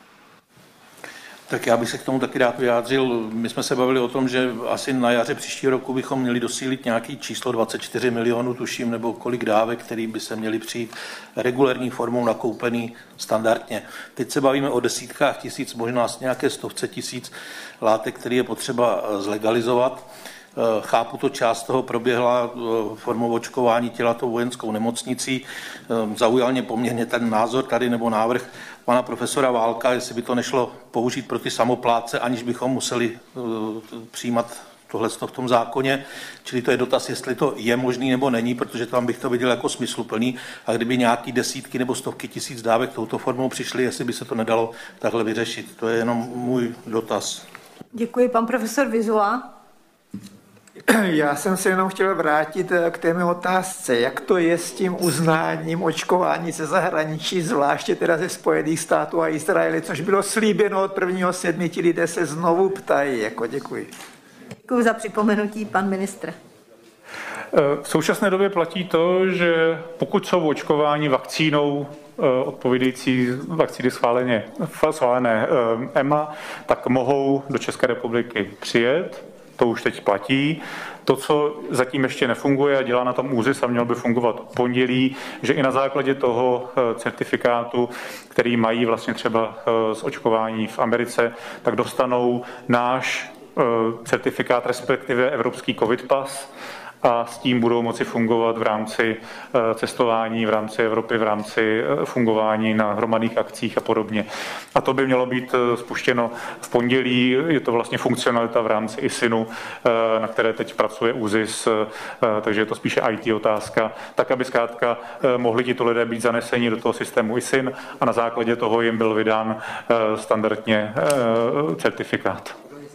Tak já bych se k tomu taky rád vyjádřil. My jsme se bavili o tom, že asi na jaře příštího roku bychom měli dosílit nějaký číslo dvacet čtyři milionů, tuším, nebo kolik dávek, který by se měly přijít regulární formou nakoupený standardně. Teď se bavíme o desítkách tisíc, možná nějaké stovce tisíc látek, které je potřeba zlegalizovat. Chápu to, část toho proběhla formou očkování těla tou vojenskou nemocnicí. Zaujal mě poměrně ten názor tady nebo návrh pana profesora Válka, jestli by to nešlo použít pro ty samopláce, aniž bychom museli přijímat tohle v tom zákoně. Čili to je dotaz, jestli to je možný nebo není, protože tam bych to viděl jako smysluplný. A kdyby nějaký desítky nebo stovky tisíc dávek touto formou přišly, jestli by se to nedalo takhle vyřešit. To je jenom můj dotaz. Děkuji, pan profesor Vizula. Já jsem se jenom chtěl vrátit k té mé otázce, jak to je s tím uznáním očkování ze zahraničí, zvláště teda ze Spojených států a Izraele, což bylo slíbeno od prvního sedmi, ti lidé se znovu ptají. Jako děkuji. Děkuji za připomenutí, pan ministr. V současné době platí to, že pokud jsou očkováni vakcínou odpovídající vakcíny schválené, schválené E M A, tak mohou do České republiky přijet. to už teď platí. To, co zatím ještě nefunguje a dělá na tom ÚZIS a měl by fungovat od pondělí, že i na základě toho certifikátu, který mají vlastně třeba z očkování v Americe, tak dostanou náš certifikát, respektive Evropský COVID pas, a s tím budou moci fungovat v rámci cestování, v rámci Evropy, v rámci fungování na hromadných akcích a podobně. A to by mělo být spuštěno v pondělí. Je to vlastně funkcionalita v rámci I S I N u, na které teď pracuje ÚZIS, takže je to spíše í té otázka, tak aby zkrátka mohli tito lidé být zaneseni do toho systému I S I N a na základě toho jim byl vydán standardně certifikát.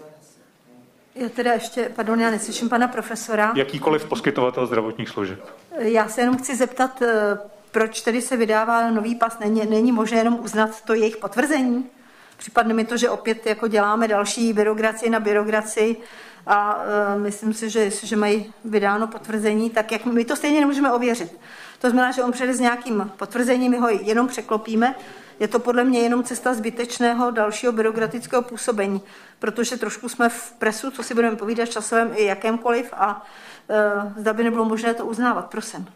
Já teda ještě, pardon, já neslyším pana profesora. Jakýkoliv poskytovatel zdravotních služeb. Já se jenom chci zeptat, proč tedy se vydává nový pas? Není, není možné jenom uznat to jejich potvrzení? Připadne mi to, že opět jako děláme další byrokracii na byrokracii a uh, myslím si, že jestliže mají vydáno potvrzení, tak jak my to stejně nemůžeme ověřit. To znamená, že on přijde s nějakým potvrzením, my ho jenom překlopíme. Je to podle mě jenom cesta zbytečného dalšího byrokratického působení, protože trošku jsme v presu, co si budeme povídat, časovém i jakémkoliv a e, zda by nebylo možné to uznávat, prosím.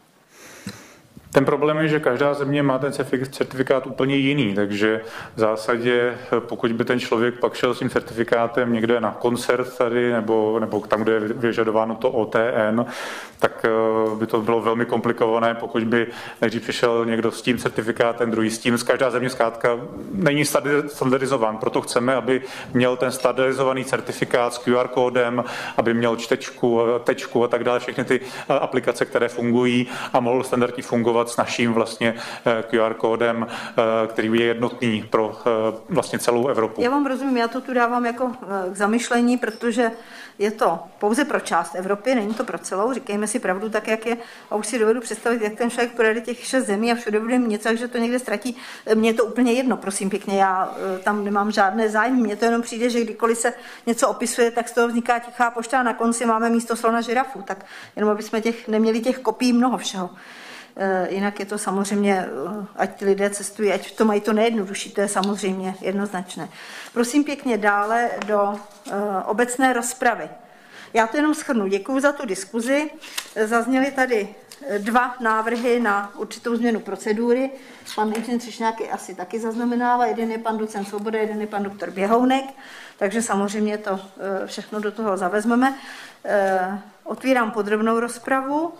Ten problém je, že každá země má ten certifikát úplně jiný, takže v zásadě, pokud by ten člověk pak šel s tím certifikátem někde na koncert tady, nebo, nebo tam, kde je vyžadováno to O T N, tak by to bylo velmi komplikované, pokud by nejdřív přišel někdo s tím certifikátem, druhý s tím. Každá země zkrátka není standardizován, proto chceme, aby měl ten standardizovaný certifikát s Q R kódem, aby měl čtečku, tečku a tak dále, všechny ty aplikace, které fungují a mohl standardně fungovat s naším vlastně Q R kódem, který je jednotný pro vlastně celou Evropu. Já vám rozumím, já to tu dávám jako k zamyšlení, protože je to pouze pro část Evropy, není to pro celou, říkejme si pravdu tak, jak je. A už si dovedu představit, jak ten člověk projede těch šest zemí a všude bude mít něco, takže to někde ztratí. Mně je to úplně jedno, prosím pěkně, já tam nemám žádné zájmy. Mně to jenom přijde, že kdykoliv se něco opisuje, tak z toho vzniká tichá pošta a na konci máme místo slona žirafu. Tak jenom aby jsme těch, neměli těch kopií mnoho všeho. Jinak je to samozřejmě, ať ty lidé cestují, ať to mají to nejjednodušší, to je samozřejmě jednoznačné. Prosím pěkně dále do obecné rozpravy. Já to jenom shrnu. Děkuji za tu diskuzi. Zazněly tady dva návrhy na určitou změnu procedury. Pan inženýr Třešňák je asi taky zaznamenává. Jeden je pan docent Svoboda, jeden je pan doktor Běhounek. Takže samozřejmě to všechno do toho zavezmeme. Otvírám podrobnou rozpravu.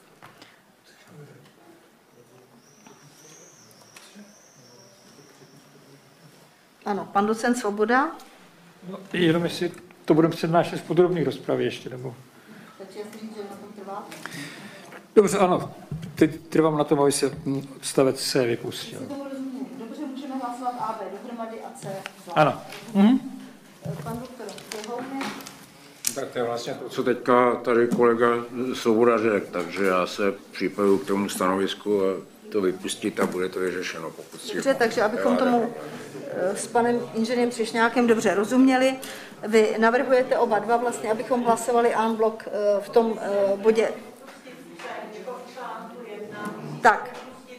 Ano, pan docent Svoboda. No, jenom jestli to budeme přednášet v podrobné rozpravě ještě, nebo... Takže já si říct, že na tom trvá? Dobře, ano. Teď trvám na tom, aby se odstavec C vypustil. Dobře, můžeme hlasovat A, B dohromady a C. Ano. Mhm. Pan doktor Běhounek. Tak to je vlastně to, co teďka tady kolega Svoboda řekl, takže já se připojuji k tomu stanovisku a to vypustit a bude to vyřešeno. Pokud Dobře, takže abychom tomu s panem inženýrem Třešňákem dobře rozuměli, vy navrhujete oba dva vlastně, abychom hlasovali en bloc v tom bodě. Tak.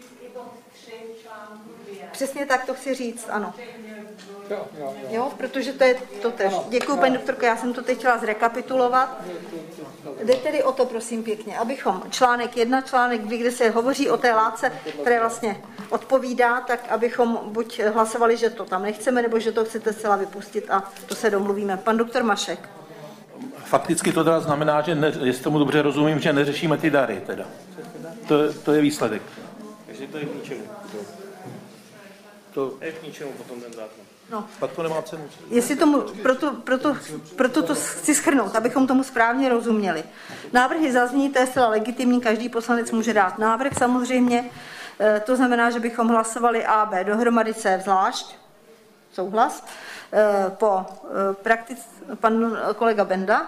Přesně tak to chci říct, ano. Jo, jo, jo. Jo, protože to je to tež. Děkuji, paní doktorko, já jsem to teď chtěla zrekapitulovat. Jde tedy o to, prosím pěkně, abychom článek jedna, článek dva, kde se hovoří o té látce, které vlastně odpovídá, tak abychom buď hlasovali, že to tam nechceme, nebo že to chcete zcela vypustit a to se domluvíme. Pan doktor Mašek. Fakticky to teda znamená, že ne, jestli tomu dobře rozumím, že neřešíme ty dary teda. To, to je výsledek. Takže to je k ničemu. To je k ničemu potom ten zákon. No. Pak to nemá cenu. Jestli tomu, proto, proto, proto to chci shrnout, abychom tomu správně rozuměli. Návrhy zazní, to je zcela legitimní, každý poslanec může dát návrh samozřejmě. E, to znamená, že bychom hlasovali A, B dohromady, C zvlášť. Souhlas. E, po e, praktic, pan kolega Benda.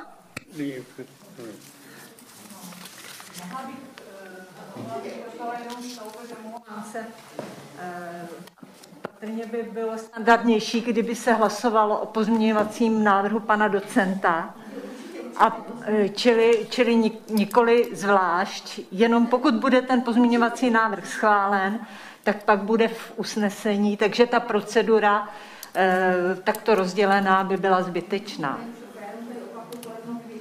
Patrně by bylo standardnější, kdyby se hlasovalo o pozměňovacím návrhu pana docenta, a čili, čili nikoli zvlášť, jenom pokud bude ten pozměňovací návrh schválen, tak pak bude v usnesení, takže ta procedura takto rozdělená by byla zbytečná.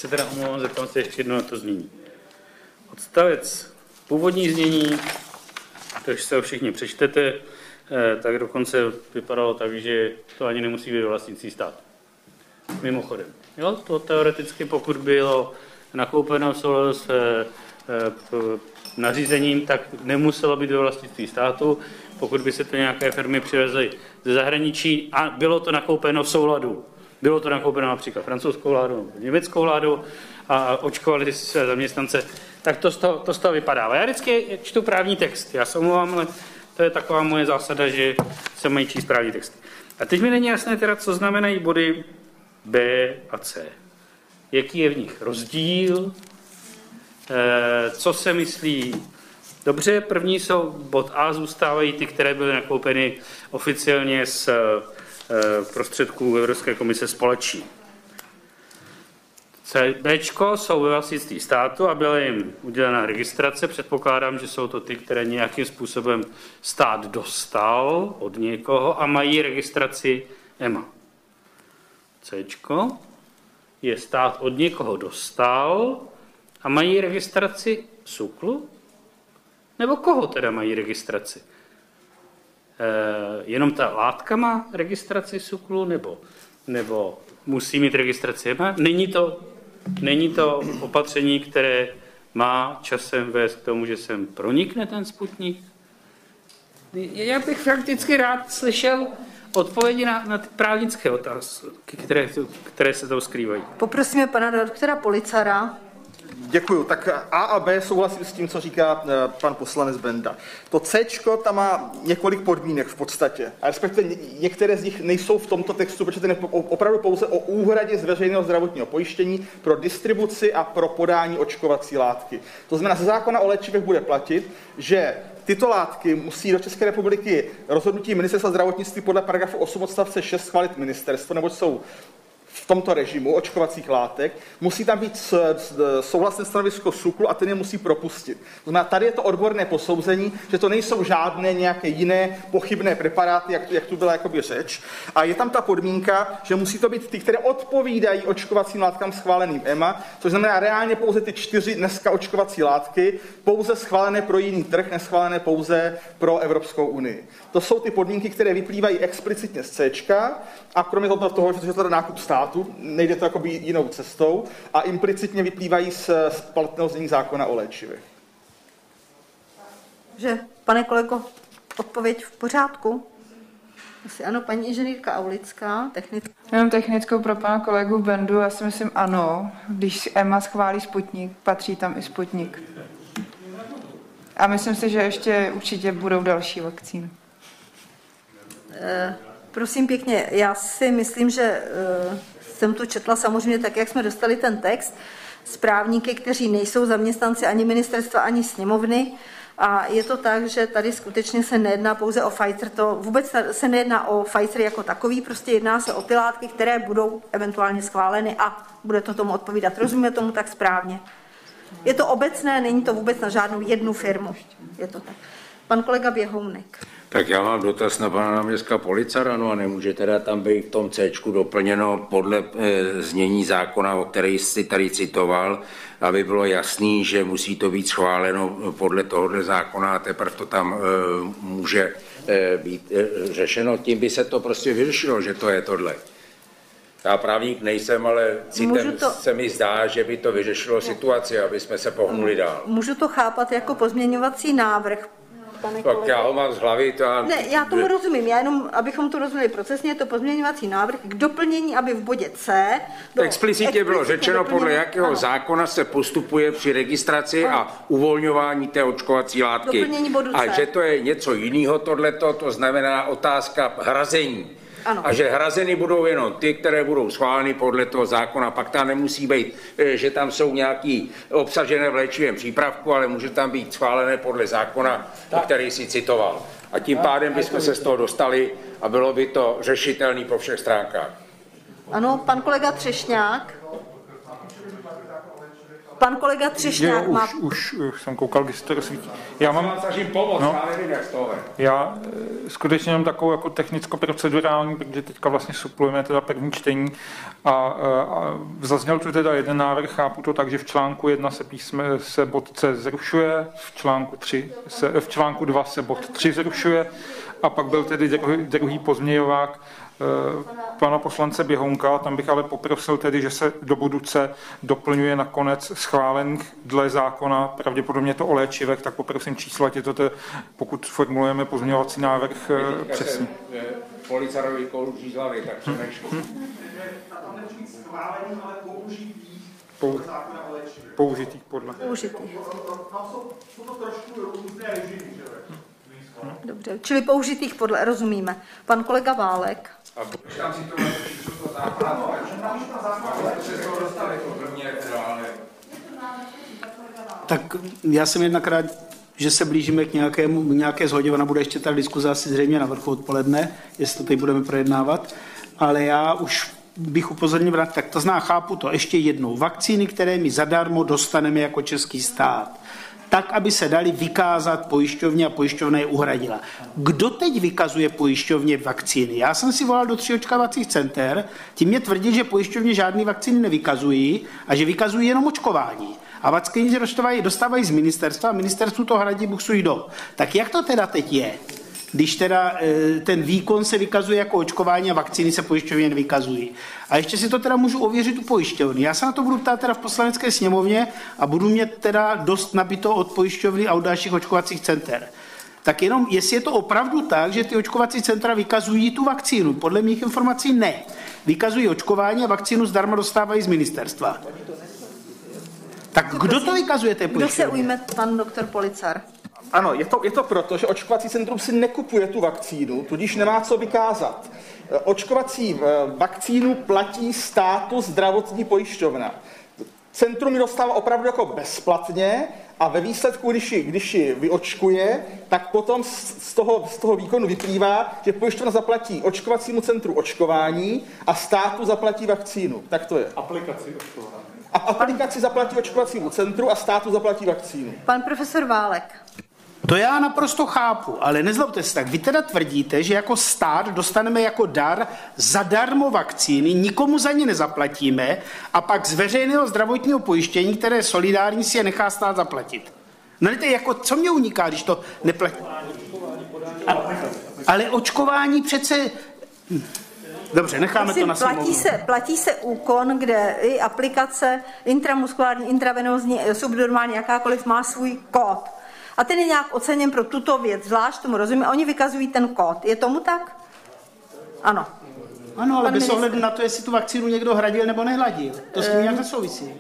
se teda omlouvám, zeptám se ještě jednou na to znění. Odstavec původní znění, když se ho všichni přečtete, tak dokonce vypadalo tak, že to ani nemusí být vlastnictví státu. Mimochodem. Jo, to teoreticky, pokud bylo nakoupeno v souladu s e, nařízením, tak nemuselo být ve vlastnictví státu. Pokud by se to nějaké firmy přivezly ze zahraničí a bylo to nakoupeno v souladu, bylo to nakoupeno například francouzskou vládou nebo německou vládou a očkovali si své zaměstnance, tak to z toho, to z toho vypadá. Ale já vždycky čtu právní text. Já se omlouvám, ale to je taková moje zásada, že se mají číst právní text. A teď mi není jasné teda, co znamenají body B a C. Jaký je v nich rozdíl, e, co se myslí. Dobře, první jsou bod A, zůstávají ty, které byly nakoupeny oficiálně z e, prostředků Evropské komise společně. C, Bčko jsou ve vlastnictví státu a byla jim udělena registrace. Předpokládám, že jsou to ty, které nějakým způsobem stát dostal od někoho a mají registraci E M A. Cčko je stát od někoho dostal a mají registraci SÚKLu? Nebo koho teda mají registraci? E, jenom ta látka má registraci SÚKLu nebo, nebo musí mít registraci E M A? Není to, není to opatření, které má časem vést k tomu, že sem pronikne ten Sputnik? Já bych fakticky rád slyšel odpovědi na, na ty právnické otázky, které, které se tam skrývají. Poprosíme pana doktora Policara. Děkuju. Tak A a B souhlasím s tím, co říká pan poslanec Benda. To Cčko tam má několik podmínek v podstatě. A respektive některé z nich nejsou v tomto textu, protože to je opravdu pouze o úhradě z veřejného zdravotního pojištění pro distribuci a pro podání očkovací látky. To znamená, ze zákona o léčivech bude platit, že tyto látky musí do České republiky rozhodnutí Ministerstva zdravotnictví podle paragrafu osm odstavce šest schválit ministerstvo, neboť jsou v tomto režimu očkovacích látek, musí tam být souhlasné stanovisko SÚKLu a ten je musí propustit. To znamená, tady je to odborné posouzení, že to nejsou žádné nějaké jiné pochybné preparáty, jak tu, jak tu byla jakoby řeč. A je tam ta podmínka, že musí to být ty, které odpovídají očkovacím látkám schváleným E M A, což znamená reálně pouze ty čtyři dneska očkovací látky, pouze schválené pro jiný trh, neschválené pouze pro Evropskou unii. To jsou ty podmínky, které vyplývají explicitně z Cčka a kromě toho, že to je nákup státu, nejde to jakoby jinou cestou a implicitně vyplývají z, z platného znění zákona o léčivech. Že, pane kolego, odpověď v pořádku? Asi ano, paní inženýrka Aulická, technická. Jenom technickou pro pana kolegu Bendu, já si myslím ano, když E M A schválí Sputnik, patří tam i Sputnik. A myslím si, že ještě určitě budou další vakcíny. E, prosím pěkně, já si myslím, že e, jsem to četla samozřejmě tak, jak jsme dostali ten text s právníky, kteří nejsou zaměstnanci ani ministerstva, ani sněmovny. A je to tak, že tady skutečně se nejedná pouze o Pfizer, to vůbec se nejedná o Pfizer jako takový, prostě jedná se o ty látky, které budou eventuálně schváleny a bude to tomu odpovídat. Rozumíme tomu tak správně. Je to obecné, není to vůbec na žádnou jednu firmu. Je to tak. Pan kolega Běhounek. Tak já mám dotaz na pana náměstka Policara, no a nemůže teda tam být v tom Cčku doplněno podle e, znění zákona, o který jsi tady citoval, aby bylo jasný, že musí to být schváleno podle tohohle zákona a teprve to tam e, může e, být e, řešeno. Tím by se to prostě vyřešilo, že to je tohle. Já právník nejsem, ale citem to... se mi zdá, že by to vyřešilo situaci, aby jsme se pohnuli dál. Můžu to chápat jako pozměňovací návrh. Tak já ho mám z hlavy. To já... Ne, já tomu rozumím, já jenom, abychom to rozuměli procesně, je to pozměňovací návrh k doplnění, aby v bodě C... Bylo explicitně bylo řečeno, doplnění, podle jakého ano. zákona se postupuje při registraci ano. a uvolňování té očkovací látky. Doplnění bodu C. A že to je něco jiného tohleto, to znamená otázka hrazení. Ano. A že hrazeny budou jenom ty, které budou schváleny podle toho zákona. Pak tam nemusí být, že tam jsou nějaký obsažené v léčivém přípravku, ale může tam být schválené podle zákona, tak. který si citoval. A tím pádem bychom se z toho dostali a bylo by to řešitelné po všech stránkách. Ano, pan kolega Třešňák. Pan kolega Třešňák jo, má... už, už, už jsem koukal, když to rozsvítí. Já mám... Snažím pomoct, no, já nevím, jak z toho. Já e, skutečně mám takovou jako technicko-procedurální, protože teďka vlastně suplujeme teda první čtení a, a, a zazněl tu teda jeden návrh, chápu to tak, že v článku jedna se písme, se bod C zrušuje, v článku tři se, v článku dva se bod tři zrušuje a pak byl tedy druhý, druhý pozměňovák pana poslance Běhounka, tam bych ale poprosil tedy, že se do bodu C doplňuje nakonec schválených dle zákona, pravděpodobně to o léčivech, tak poprosím čísla, je to te, pokud formulujeme pozměňovací návrh přesně. Policarovi kouří z hlavy, tak přemýšlím. Hmm. Pou, použitých podle. Použitých. Dobře, čili použitých podle, rozumíme. Pan kolega Válek. Tak já jsem jednakrát, že se blížíme k nějakému, nějaké shodě, ona bude ještě ta diskuze asi zřejmě na vrchu odpoledne, jestli to teď budeme projednávat, ale já už bych upozornil, tak to zná, chápu to ještě jednou. Vakcíny, které my zadarmo dostaneme jako český stát, tak, aby se dali vykázat pojišťovně a pojišťovna je uhradila. Kdo teď vykazuje pojišťovně vakcíny? Já jsem si volal do tří očkovacích center, tím mě tvrdí, že pojišťovně žádné vakcíny nevykazují a že vykazují jenom očkování. A vakcíny dostávají, dostávají z ministerstva a ministerstvu to hradí Bůh svůj do. Tak jak to teda teď je? Když teda ten výkon se vykazuje jako očkování a vakcíny se pojišťovně nevykazují. A ještě si to teda můžu ověřit u pojišťovny. Já se na to budu ptát teda v poslanecké sněmovně a budu mít teda dost nabito od pojišťovny a od dalších očkovacích center. Tak jenom, jestli je to opravdu tak, že ty očkovací centra vykazují tu vakcínu. Podle mých informací ne. Vykazují očkování a vakcínu zdarma dostávají z ministerstva. Tak kdo to vykazuje té pojišťovně? Kdo se ujme, pan doktor Policar? Ano, je to, je to proto, že očkovací centrum si nekupuje tu vakcínu, tudíž nemá co vykázat. Očkovací vakcínu platí státu zdravotní pojišťovna. Centrum ji dostává opravdu jako bezplatně a ve výsledku, když ji, když ji vyočkuje, tak potom z toho, z toho výkonu vyplývá, že pojišťovna zaplatí očkovacímu centru očkování a státu zaplatí vakcínu. Tak to je. Aplikaci očkování. A aplikaci zaplatí očkovacímu centru a státu zaplatí vakcínu. Pan profesor Válek. To já naprosto chápu, ale nezlobte se tak. Vy teda tvrdíte, že jako stát dostaneme jako dar zadarmo vakcíny, nikomu za ně nezaplatíme a pak z veřejného zdravotního pojištění, které je solidární, si je nechá stát zaplatit. No to je jako, co mě uniká, když to neplatí? A, ale očkování přece... Dobře, necháme Prosím, to na sněmovnu. platí se, platí se úkon, kde i aplikace intramuskulární, intravenózní, subdermální, jakákoliv má svůj kód. A ten je nějak oceněn pro tuto věc, zvlášť tomu rozumím. A oni vykazují ten kód. Je tomu tak? Ano. Ano, ale Pan bez ministr. ohledu na to, jestli tu vakcínu někdo hradil nebo nehladil. To s tím nějak nesouvisí.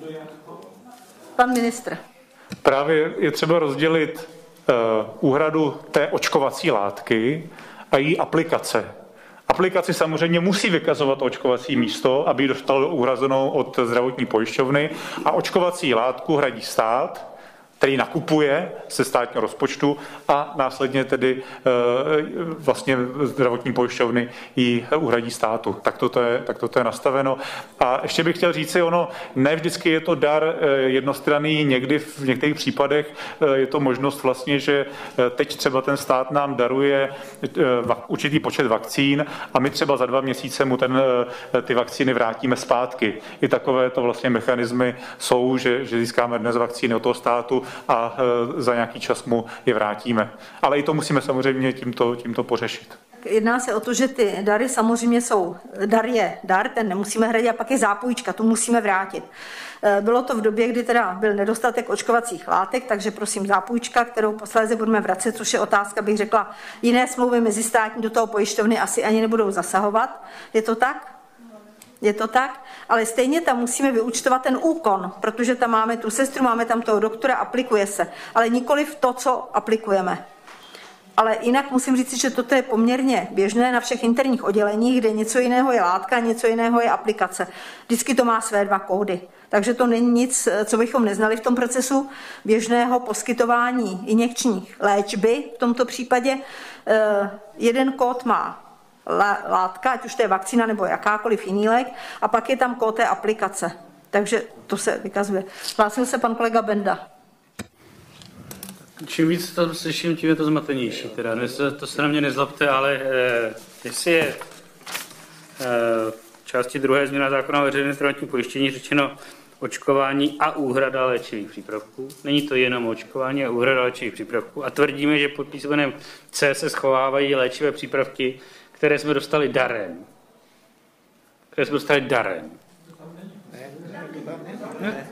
Pan ministr. Právě je třeba rozdělit uh, úhradu té očkovací látky a její aplikace. Aplikaci samozřejmě musí vykazovat očkovací místo, aby ji dostal uhrazenou od zdravotní pojišťovny a očkovací látku hradí stát, který nakupuje ze státního rozpočtu a následně tedy e, vlastně zdravotní pojišťovny ji uhradí státu. Tak to je, tak to je nastaveno. A ještě bych chtěl říct si, ono ne vždycky je to dar jednostranný, někdy v některých případech je to možnost vlastně, že teď třeba ten stát nám daruje určitý počet vakcín a my třeba za dva měsíce mu ten, ty vakcíny vrátíme zpátky. I takové to vlastně mechanismy jsou, že, že získáme dnes vakcíny od toho státu a za nějaký čas mu je vrátíme. Ale i to musíme samozřejmě tímto, tímto pořešit. Jedná se o to, že ty dary samozřejmě jsou, dar je dar, ten nemusíme hradit a pak je zápůjčka, tu musíme vrátit. Bylo to v době, kdy teda byl nedostatek očkovacích látek, takže prosím zápůjčka, kterou posléze budeme vracet, což je otázka, bych řekla, jiné smlouvy mezistátní do toho pojišťovny asi ani nebudou zasahovat. Je to tak? Je to tak? Ale stejně tam musíme vyúčtovat ten úkon, protože tam máme tu sestru, máme tam toho doktora, aplikuje se. Ale nikoli v to, co aplikujeme. Ale jinak musím říct, že toto je poměrně běžné na všech interních odděleních, kde něco jiného je látka, něco jiného je aplikace. Vždycky to má své dva kódy. Takže to není nic, co bychom neznali v tom procesu běžného poskytování injekčních léčby. V tomto případě jeden kód má látka, ať už to je vakcína nebo jakákoliv jiný lék, a pak je tam kód té aplikace. Takže to se vykazuje. Hlásil se pan kolega Benda. Čím víc to slyším, tím je to zmatenější. Teda. To se na mě nezlobte, ale eh, jestli je eh, v části druhé změna zákona o veřejném zdravotním pojištění řečeno očkování a úhrada léčivých přípravků. Není to jenom očkování a úhrada léčivých přípravků. A tvrdíme, že pod písmenem C se schovávají léčivé přípravky, které jsme dostali darem. Které jsme dostali darem. Ne?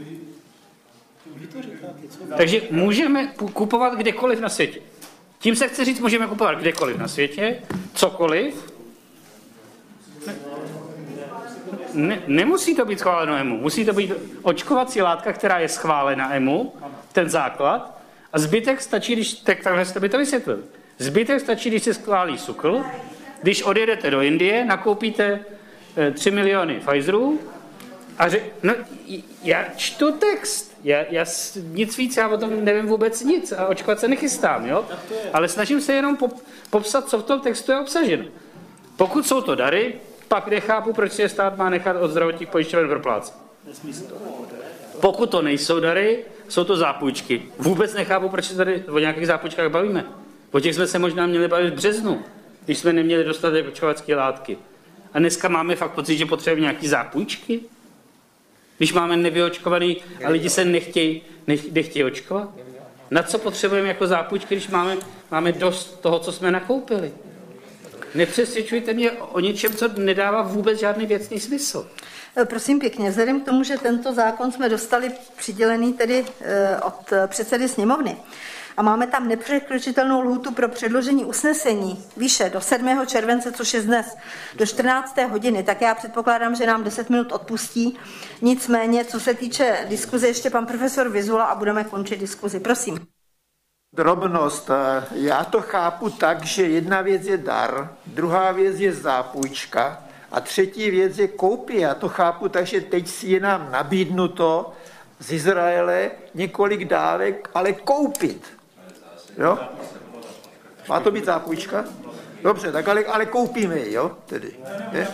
Takže můžeme kupovat kdekoliv na světě. Tím se chce říct, můžeme kupovat kdekoliv na světě, cokoliv. Ne, ne, nemusí to být schváleno E M U. Musí to být očkovací látka, která je schválena E M U, ten základ, a zbytek stačí, když, tak takhle jste by to vysvětlil. Zbytek stačí, když se schválí SUKL, když odjedete do Indie, nakoupíte tři miliony Pfizerů a že, no, já čtu text, já, já nic víc, já o tom nevím vůbec nic a očkovat se nechystám, jo? Ale snažím se jenom pop, popsat, co v tom textu je obsaženo. Pokud jsou to dary, pak nechápu, proč si je stát má nechat od zdravotních pojišťoven proplácet. Pokud to nejsou dary, jsou to zápůjčky. Vůbec nechápu, proč se tady o nějakých zápůjčkách bavíme. O těch jsme se možná měli bavit v březnu, když jsme neměli dostatek očkovací látky. A dneska máme fakt pocit, že potřebujeme nějaký zápůjčky? Když máme nevyočkovaný a lidi se nechtějí, nech, nechtějí očkovat? Na co potřebujeme jako zápůjčky, když máme, máme dost toho, co jsme nakoupili? Nepřesvědčujte mě o něčem, co nedává vůbec žádný věcný smysl. Prosím pěkně, vzhledem k tomu, že tento zákon jsme dostali přidělený tedy od předsedy sněmovny a máme tam nepřekročitelnou lhůtu pro předložení usnesení výše do sedmého července, což je dnes, do čtrnácté hodiny, tak já předpokládám, že nám deset minut odpustí. Nicméně, co se týče diskuze, ještě pan profesor Vyzula a budeme končit diskuzi. Prosím. Drobnost. Já to chápu tak, že jedna věc je dar, druhá věc je zápůjčka a třetí věc je koupě. Já to chápu tak, že teď si je nám nabídnuto z Izraele několik dávek, ale koupit. Jo? Má to být zápůjčka? Dobře, tak ale, ale koupíme ji, jo? Tedy. Je?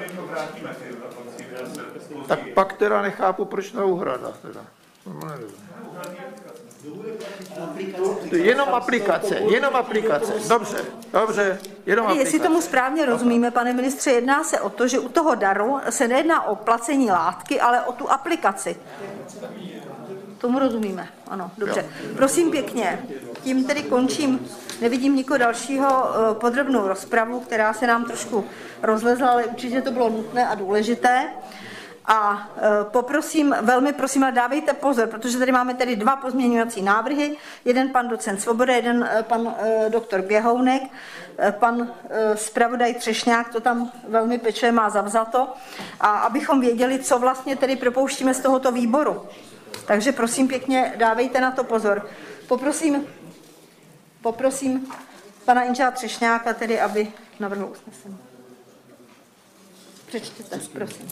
Tak pak teda nechápu, proč na úhrada. Teda. Jenom aplikace, jenom aplikace. Dobře, dobře, jenom aplikace. Jestli tomu správně rozumíme, pane ministře, jedná se o to, že u toho daru se nejedná o placení látky, ale o tu aplikaci. Tomu rozumíme, ano, dobře. Prosím pěkně, tím tedy končím. Nevidím nikoho dalšího, podrobnou rozpravu, která se nám trošku rozlezla, ale určitě to bylo nutné a důležité. A poprosím, velmi prosím, ale dávejte pozor, protože tady máme tedy dva pozměňovací návrhy. Jeden pan docent Svoboda, jeden pan doktor Běhounek, pan zpravodaj Třešňák to tam velmi pečlivě má zavzato. A abychom věděli, co vlastně tedy propouštíme z tohoto výboru. Takže prosím pěkně, dávejte na to pozor. Poprosím, poprosím pana inženýra Třešňáka tedy, aby navrhl usnesení. Přečtěte, prosím.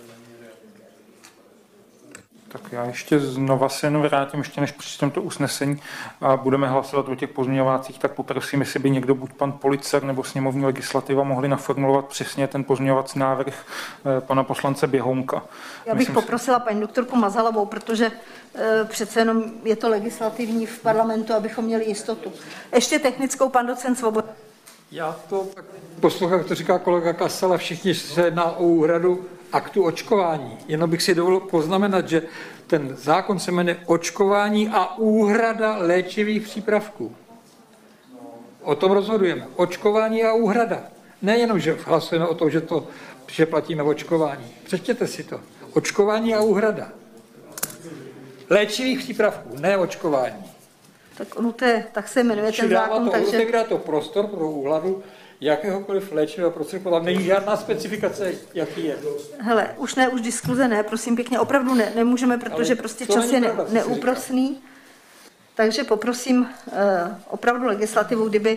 Tak já ještě znova se jenom vrátím, ještě než přečtem to usnesení a budeme hlasovat o těch pozměňovácích, tak poprosím, jestli by někdo, buď pan Policar nebo sněmovní legislativa, mohli naformulovat přesně ten pozměňovací návrh pana poslance Běhounka. Já bych Myslím, poprosila paní doktorku Mazalovou, protože e, přece jenom je to legislativní v parlamentu, abychom měli jistotu. Ještě technickou pan docent Svoboda. Já to poslouchám, to říká kolega Kasala, všichni se jedná o úhradu aktu očkování. Jenom bych si dovolil poznamenat, že ten zákon se jmenuje očkování a úhrada léčivých přípravků. O tom rozhodujeme. Očkování a úhrada. Nejenom, že hlasujeme o tom, že, to, že platíme očkování. Přečtěte si to. Očkování a úhrada. Léčivých přípravků, ne očkování. Tak, ono to je, tak se jmenuje ten zákon. To, takže... Otevírá to prostor pro úhradu jakéhokoliv léčivého prostředku, tam není žádná specifikace, jaký je. Hele, už ne, už diskuze ne, prosím pěkně, opravdu ne, nemůžeme, protože ale prostě čas je ne, neúprosný. Takže poprosím uh, opravdu legislativu, kdyby...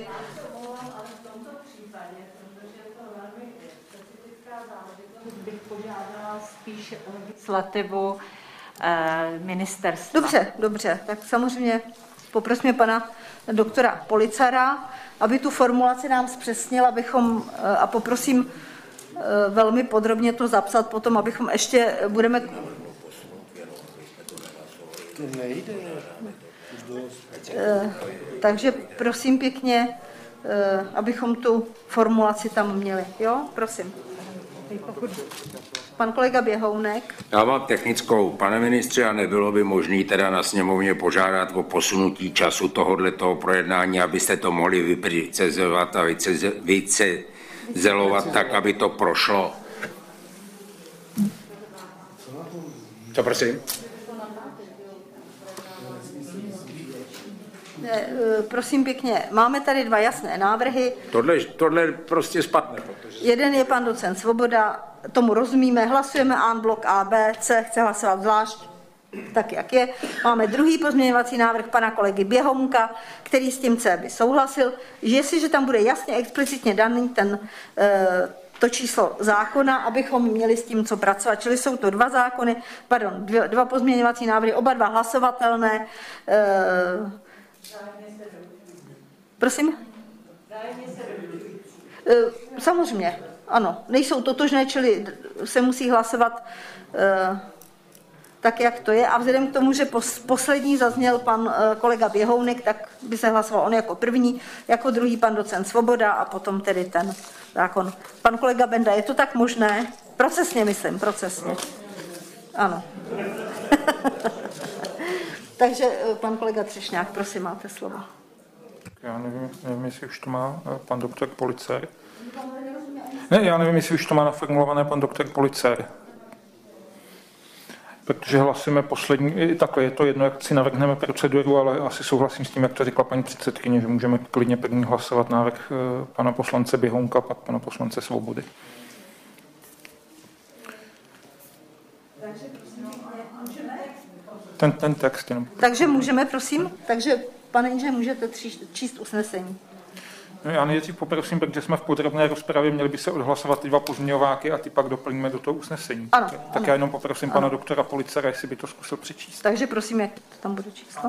bych požádala spíš o legislativu uh, ministerstva. Dobře, dobře, tak samozřejmě poprosíme pana doktora Policara, aby tu formulaci nám zpřesnil, abychom, a poprosím velmi podrobně to zapsat potom, abychom ještě budeme To nejde. E, takže prosím pěkně, e, abychom tu formulaci tam měli. Jo, prosím. Pan kolega Běhounek. Já mám technickou. Pane ministře, a nebylo by možné teda na sněmovně požádat o posunutí času tohoto projednání, abyste to mohli vyprecizovat a vycizelovat tak, aby to prošlo? Co prosím? Ne, prosím pěkně, máme tady dva jasné návrhy. Tohle, tohle prostě spadne. Protože... Jeden je pan docent Svoboda, tomu rozumíme, hlasujeme en bloc A, B, C, chce hlasovat zvlášť, tak jak je. Máme druhý pozměňovací návrh pana kolegy Běhounka, který s tím C by souhlasil, že jestliže tam bude jasně explicitně daný ten, to číslo zákona, abychom měli s tím co pracovat. Čili jsou to dva zákony, pardon, dva, dva pozměňovací návrhy, oba dva hlasovatelné. Prosím? Samozřejmě, ano. Nejsou totožné, čili se musí hlasovat tak, jak to je. A vzhledem k tomu, že poslední zazněl pan kolega Běhounek, tak by se hlasoval on jako první, jako druhý pan docent Svoboda a potom tedy ten zákon. Pan kolega Benda, je to tak možné? Procesně myslím, procesně. Ano. Takže pan kolega Třešňák, prosím, máte slovo. Já nevím, nevím, jestli už to má pan doktor Policer. Ne, já nevím, jestli už to má naformulované pan doktor Policer. Protože hlasujeme poslední, takhle je to jedno, jak si navrhneme proceduru, ale asi souhlasím s tím, jak to řekla paní předsedkyně, že můžeme klidně první hlasovat návrh pana poslance Běhounka, pak pana poslance Svobody. Ten, ten text jenom. Takže můžeme, prosím? Takže, pane inže, můžete číst usnesení. No, já nejdřív poprosím, protože jsme v podrobné rozpravě, měli by se odhlasovat ty dva pozměňováky a ty pak doplníme do toho usnesení. Ano, tak ano. Já jenom poprosím ano. pana doktora Policera, jestli by to zkusil přečíst. Takže prosím, jak tam bude číslo?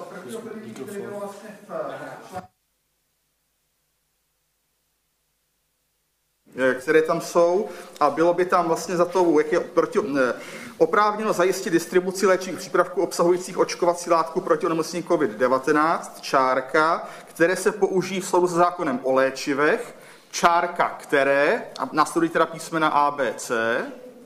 Které tam jsou, a bylo by tam vlastně za to, jak je proti, ne, oprávněno zajistit distribuci léčivých přípravků obsahujících očkovací látku proti onemocnění covid devatenáct, čárka, které se použijí v souladu s zákonem o léčivech, čárka, které, a následují teda písmena A, B, C.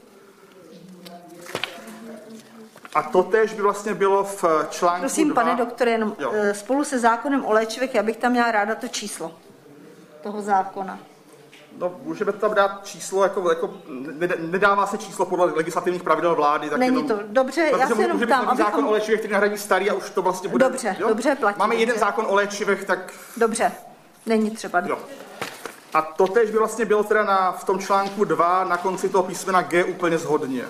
A to též by vlastně bylo v článku Prosím, dva. pane doktore, jenom jo. Spolu se zákonem o léčivech, já bych tam měla ráda to číslo toho zákona. No, můžeme tam dát číslo, jako, jako nedává se číslo podle legislativních pravidel vlády. Tak Není jenom, to, dobře, já se jenom ptám, abychom... zákon abychom... o léčivech, který nahradí starý a už to vlastně bude... Dobře, jo? dobře, platí. Máme dobře. jeden zákon o léčivech, tak... Dobře, není třeba. Jo. A to tež by vlastně bylo teda na, v tom článku dva na konci toho písmena G úplně shodně.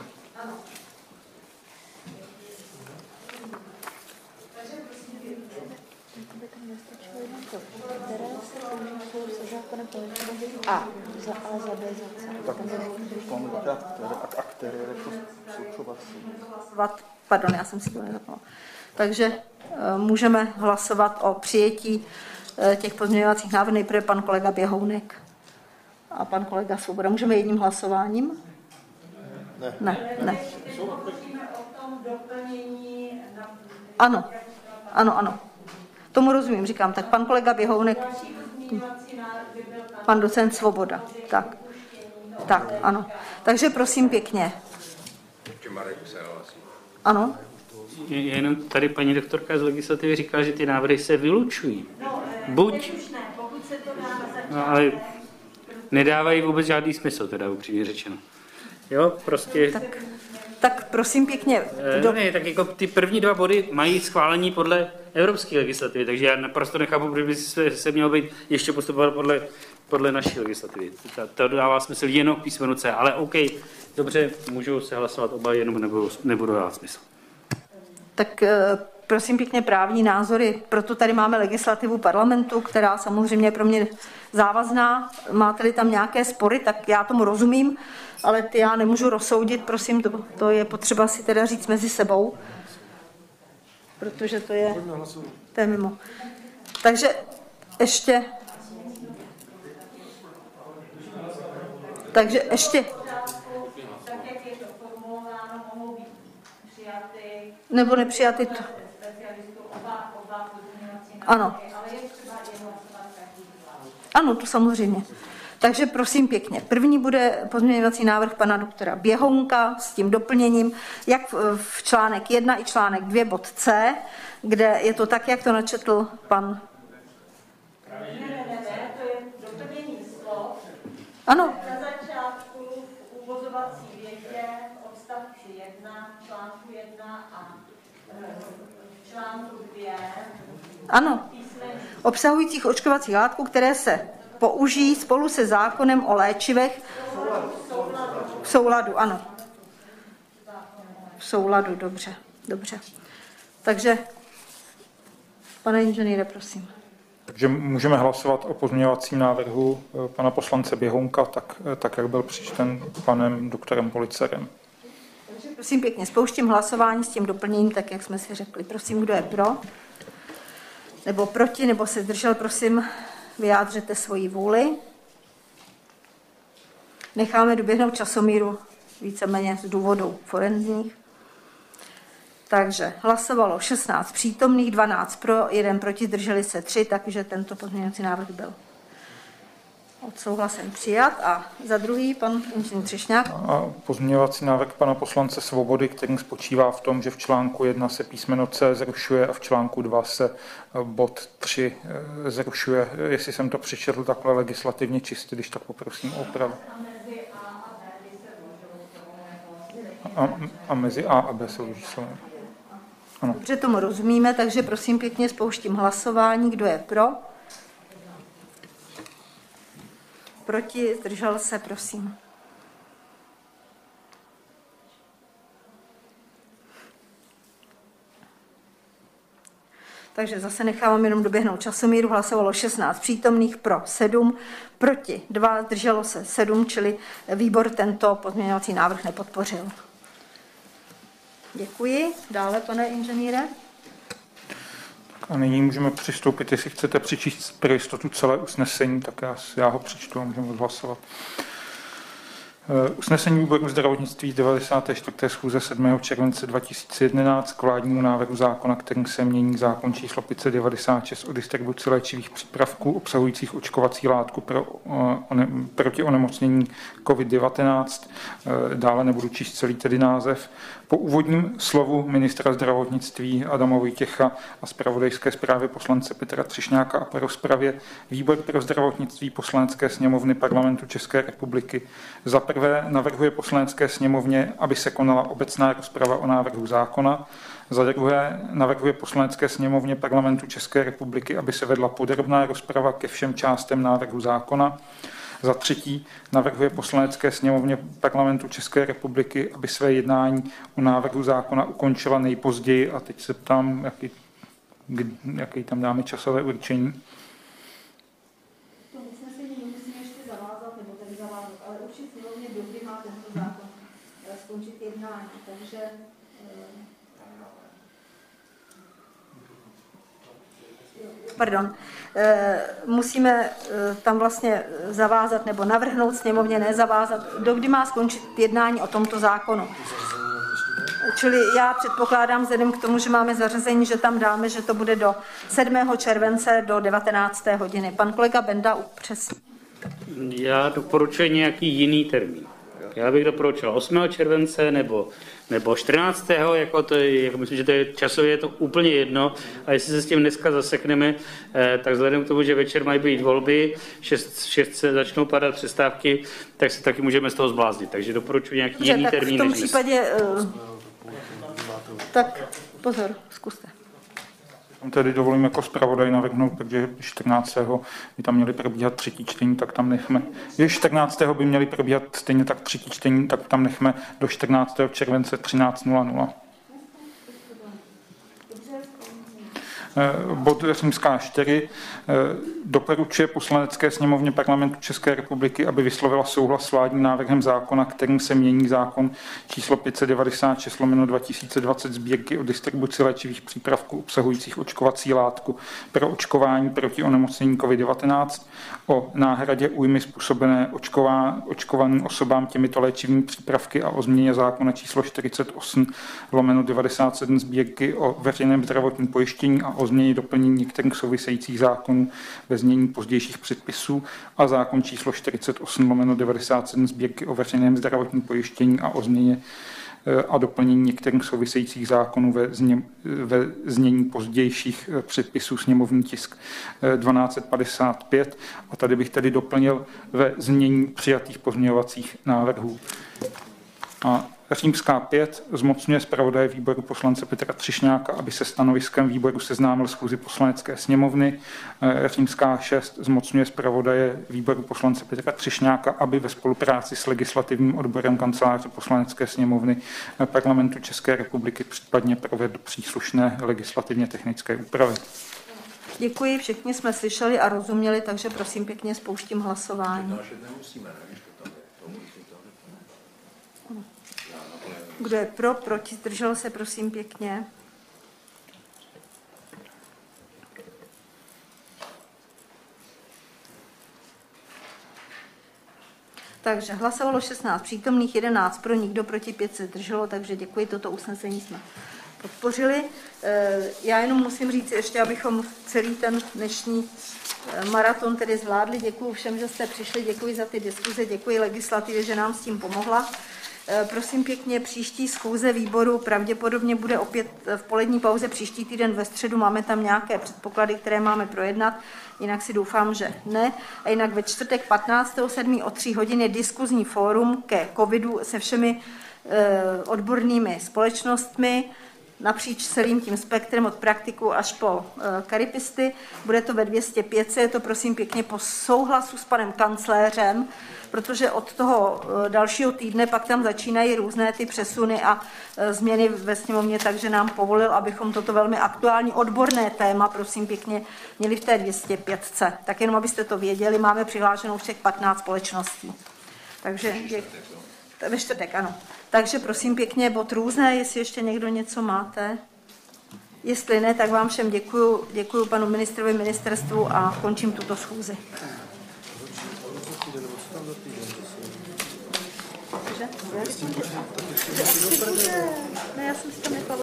A, za A, za B, za C. Tak, a které hlasovat, pardon, já jsem si to nezapala. Takže můžeme hlasovat o přijetí těch pozměňovacích návrhů. Nejprve pan kolega Běhounek a pan kolega Svoboda. Můžeme jedním hlasováním? Ne. Ne, ne. Ano, ano, ano. Tomu rozumím, říkám. Tak pan kolega Běhounek, pan docent Svoboda. Tak, tak, ano. Takže prosím pěkně. Ano. Jenom tady paní doktorka z legislativy říká, že ty návrhy se vylučují. Buď, no, ale nedávají vůbec žádný smysl, teda upřímně řečeno. Jo, prostě... Tak, tak prosím pěkně. Do... Ne, tak jako ty první dva body mají schválení podle evropské legislativy, takže já naprosto nechápu, proč by se, se mělo být ještě postupovat podle, podle naší legislativy. To, to dává smysl jenom k písmenu C, ale OK, dobře, můžou se hlasovat oba, jenom nebudou, nebudou dávat smysl. Tak prosím pěkně právní názory, proto tady máme legislativu parlamentu, která samozřejmě je pro mě závazná. Máte-li tam nějaké spory, tak já tomu rozumím, ale ty já nemůžu rozsoudit, prosím, to, to je potřeba si teda říct mezi sebou, protože to je, to je mimo. Takže ještě, takže ještě, přijaty, nebo nepřijaty. To... Oba, oba pozměňovací návrhy, ano. Ale je třeba je hlasovat každý zvlášť. Ano, to samozřejmě. Takže prosím pěkně. První bude pozměňovací návrh pana doktora Běhounka s tím doplněním, jak v článek jedna i článek dva bod C, kde je to tak, jak to načetl pan... Ne, ne, ne, ne, to je doplnění slov. Ano. Na začátku v uvozovací větě odstavci jedna, článku jedna a v článku dvě. Ano. Obsahujících očkovacích látků, které se použijí spolu se zákonem o léčivech v souladu, ano. V souladu, dobře, dobře. Takže, pane inženýre, prosím. Takže můžeme hlasovat o pozměňovacím návrhu pana poslance Běhounka, tak, tak jak byl přečten panem doktorem Policerem. Takže prosím pěkně, spouštím hlasování s tím doplněním, tak jak jsme si řekli. Prosím, kdo je pro? Nebo proti, nebo se zdržel, prosím, vyjádřete svoji vůli. Necháme doběhnout časomíru víceméně z důvodů forenzních. Takže hlasovalo šestnáct přítomných, dvanáct pro, jeden proti, zdrželi se tři, takže tento pozměňovací návrh byl odsouhlasen přijat. A za druhý pan inženýr Třešňák. A pozměňovací návrh pana poslance Svobody, který spočívá v tom, že v článku jedna se písmeno C zrušuje a v článku dva se bod tři zrušuje. Jestli jsem to přečetl takhle legislativně čistě, když tak poprosím o opravu. A, a mezi A a B se vloží slovo. Ano. Dobře, tomu rozumíme, takže prosím pěkně spouštím hlasování. Kdo je pro? Proti? Zdržel se, prosím. Takže zase nechávám jenom doběhnout časomíru. Hlasovalo šestnáct přítomných, pro sedm, proti dva, zdrželo se sedm, čili výbor tento pozměňovací návrh nepodpořil. Děkuji. Dále, pane inženýre. A nyní můžeme přistoupit, jestli chcete přečíst pro jistotu celé usnesení, tak já, já ho přečtu a můžeme odhlasovat. Usnesení výboru zdravotnictví devadesáté čtvrté schůze sedmého července dva tisíce jedenáct k vládnímu návrhu zákona, kterým se mění zákon číslo pět set devadesát šest o distribuci léčivých přípravků obsahujících očkovací látku pro, one, proti onemocnění covid devatenáct. Dále nebudu číst celý tedy název. Po úvodním slovu ministra zdravotnictví Adama Vojtěcha a zpravodajské zprávě poslance Petra Třešňáka a po rozpravě výbor pro zdravotnictví Poslanecké sněmovny Parlamentu České republiky za prvé navrhuje Poslanecké sněmovně, aby se konala obecná rozprava o návrhu zákona. Za druhé navrhuje Poslanecké sněmovně Parlamentu České republiky, aby se vedla podrobná rozprava ke všem částem návrhu zákona. Za třetí navrhuje Poslanecké sněmovně Parlamentu České republiky, aby své jednání o návrhu zákona ukončila nejpozději, a teď se ptám, jaký, jaký tam dáme časové určení. To usnesení nemusíme ještě zavázat, nebo tady zavázat, ale určitě sněmovně, dokdy má tento zákon skončit jednání, takže pardon, musíme tam vlastně zavázat nebo navrhnout sněmovně, nezavázat, dokdy má skončit jednání o tomto zákonu. Čili já předpokládám, vzhledem k tomu, že máme zařazení, že tam dáme, že to bude do sedmého července do devatenácté hodiny. Pan kolega Benda upřesní. Já doporučuji nějaký jiný termín. Já bych doporučil osmého července nebo, nebo čtrnáctého Jako to je, jako myslím, že to je časově je to úplně jedno. A jestli se s tím dneska zasekneme, eh, tak vzhledem k tomu, že večer mají být volby, šest, šest se začnou padat přestávky, tak se taky můžeme z toho zbláznit. Takže doporučuji nějaký Dobře, jiný tak termín. v tom než případě, uh, tak pozor, zkuste. Tedy dovolím jako zpravodaj navrhnout, protože čtrnáctého by tam měly probíhat třetí čtení, tak tam nechme. Je čtrnáctého by měly probíhat stejně tak třetí čtení, tak tam nechme do čtrnáctého července třináct nula nula. Bod římská čtyři. Doporučuje Poslanecké sněmovně Parlamentu České republiky, aby vyslovila souhlas s vládním návrhem zákona, kterým se mění zákon číslo pět set devadesát šest lomeno dva tisíce dvacet sbírky o distribuci léčivých přípravků obsahujících očkovací látku pro očkování proti onemocnění covid devatenáct, o náhradě újmy způsobené očková, očkovaným osobám těmito léčivými přípravky a o změně zákona číslo čtyřicet osm lomeno devadesát sedm sbírky o veřejném zdravotním pojištění a o změně doplnění některých souvisejících zákonů ve znění pozdějších předpisů a zákon číslo čtyřicet osm lomeno devadesát sedm sbírky o veřejném zdravotním pojištění a o změně a doplnění některých souvisejících zákonů ve, zně, ve znění pozdějších předpisů, sněmovní tisk dvanáct set padesát pět. A tady bych tedy doplnil ve znění přijatých pozměňovacích návrhů. A římská pět. Zmocňuje zpravodaje výboru poslance Petra Třešňáka, aby se stanoviskem výboru seznámil schůzi Poslanecké sněmovny. Římská šest. Zmocňuje zpravodaje výboru poslance Petra Třešňáka, aby ve spolupráci s legislativním odborem kanceláře Poslanecké sněmovny Parlamentu České republiky případně provedl příslušné legislativně technické úpravy. Děkuji, všichni jsme slyšeli a rozuměli, takže prosím pěkně spouštím hlasování. Kdo je pro, proti, zdržel se, prosím pěkně. Takže hlasovalo šestnáct přítomných, jedenáct pro, nikdo proti, pět se zdrželo, takže děkuji, toto usnesení jsme podpořili. Já jenom musím říct ještě, abychom celý ten dnešní maraton tedy zvládli. Děkuji všem, že jste přišli, děkuji za ty diskuze, děkuji legislativě, že nám s tím pomohla. Prosím pěkně, příští schůze výboru pravděpodobně bude opět v polední pauze příští týden ve středu. Máme tam nějaké předpoklady, které máme projednat, jinak si doufám, že ne. A jinak ve čtvrtek patnáctého sedmého o tři hodiny diskuzní fórum ke covidu se všemi e, odbornými společnostmi napříč celým tím spektrem od praktiků až po e, karipisty. Bude to ve dvě stě pět, je to prosím pěkně po souhlasu s panem kancléřem, protože od toho dalšího týdne pak tam začínají různé ty přesuny a změny ve sněmovně, takže nám povolil, abychom toto velmi aktuální odborné téma, prosím pěkně, měli v té dvě stě pět. Tak jenom, abyste to věděli, máme přihlášenou všech patnáct společností. Takže je, ve čtvrtek, ano. Takže prosím pěkně, bod různé, jestli ještě někdo něco máte. Jestli ne, tak vám všem děkuju, děkuju panu ministrovi, ministerstvu a končím tuto schůzi. Ne, já jsem si tam nechala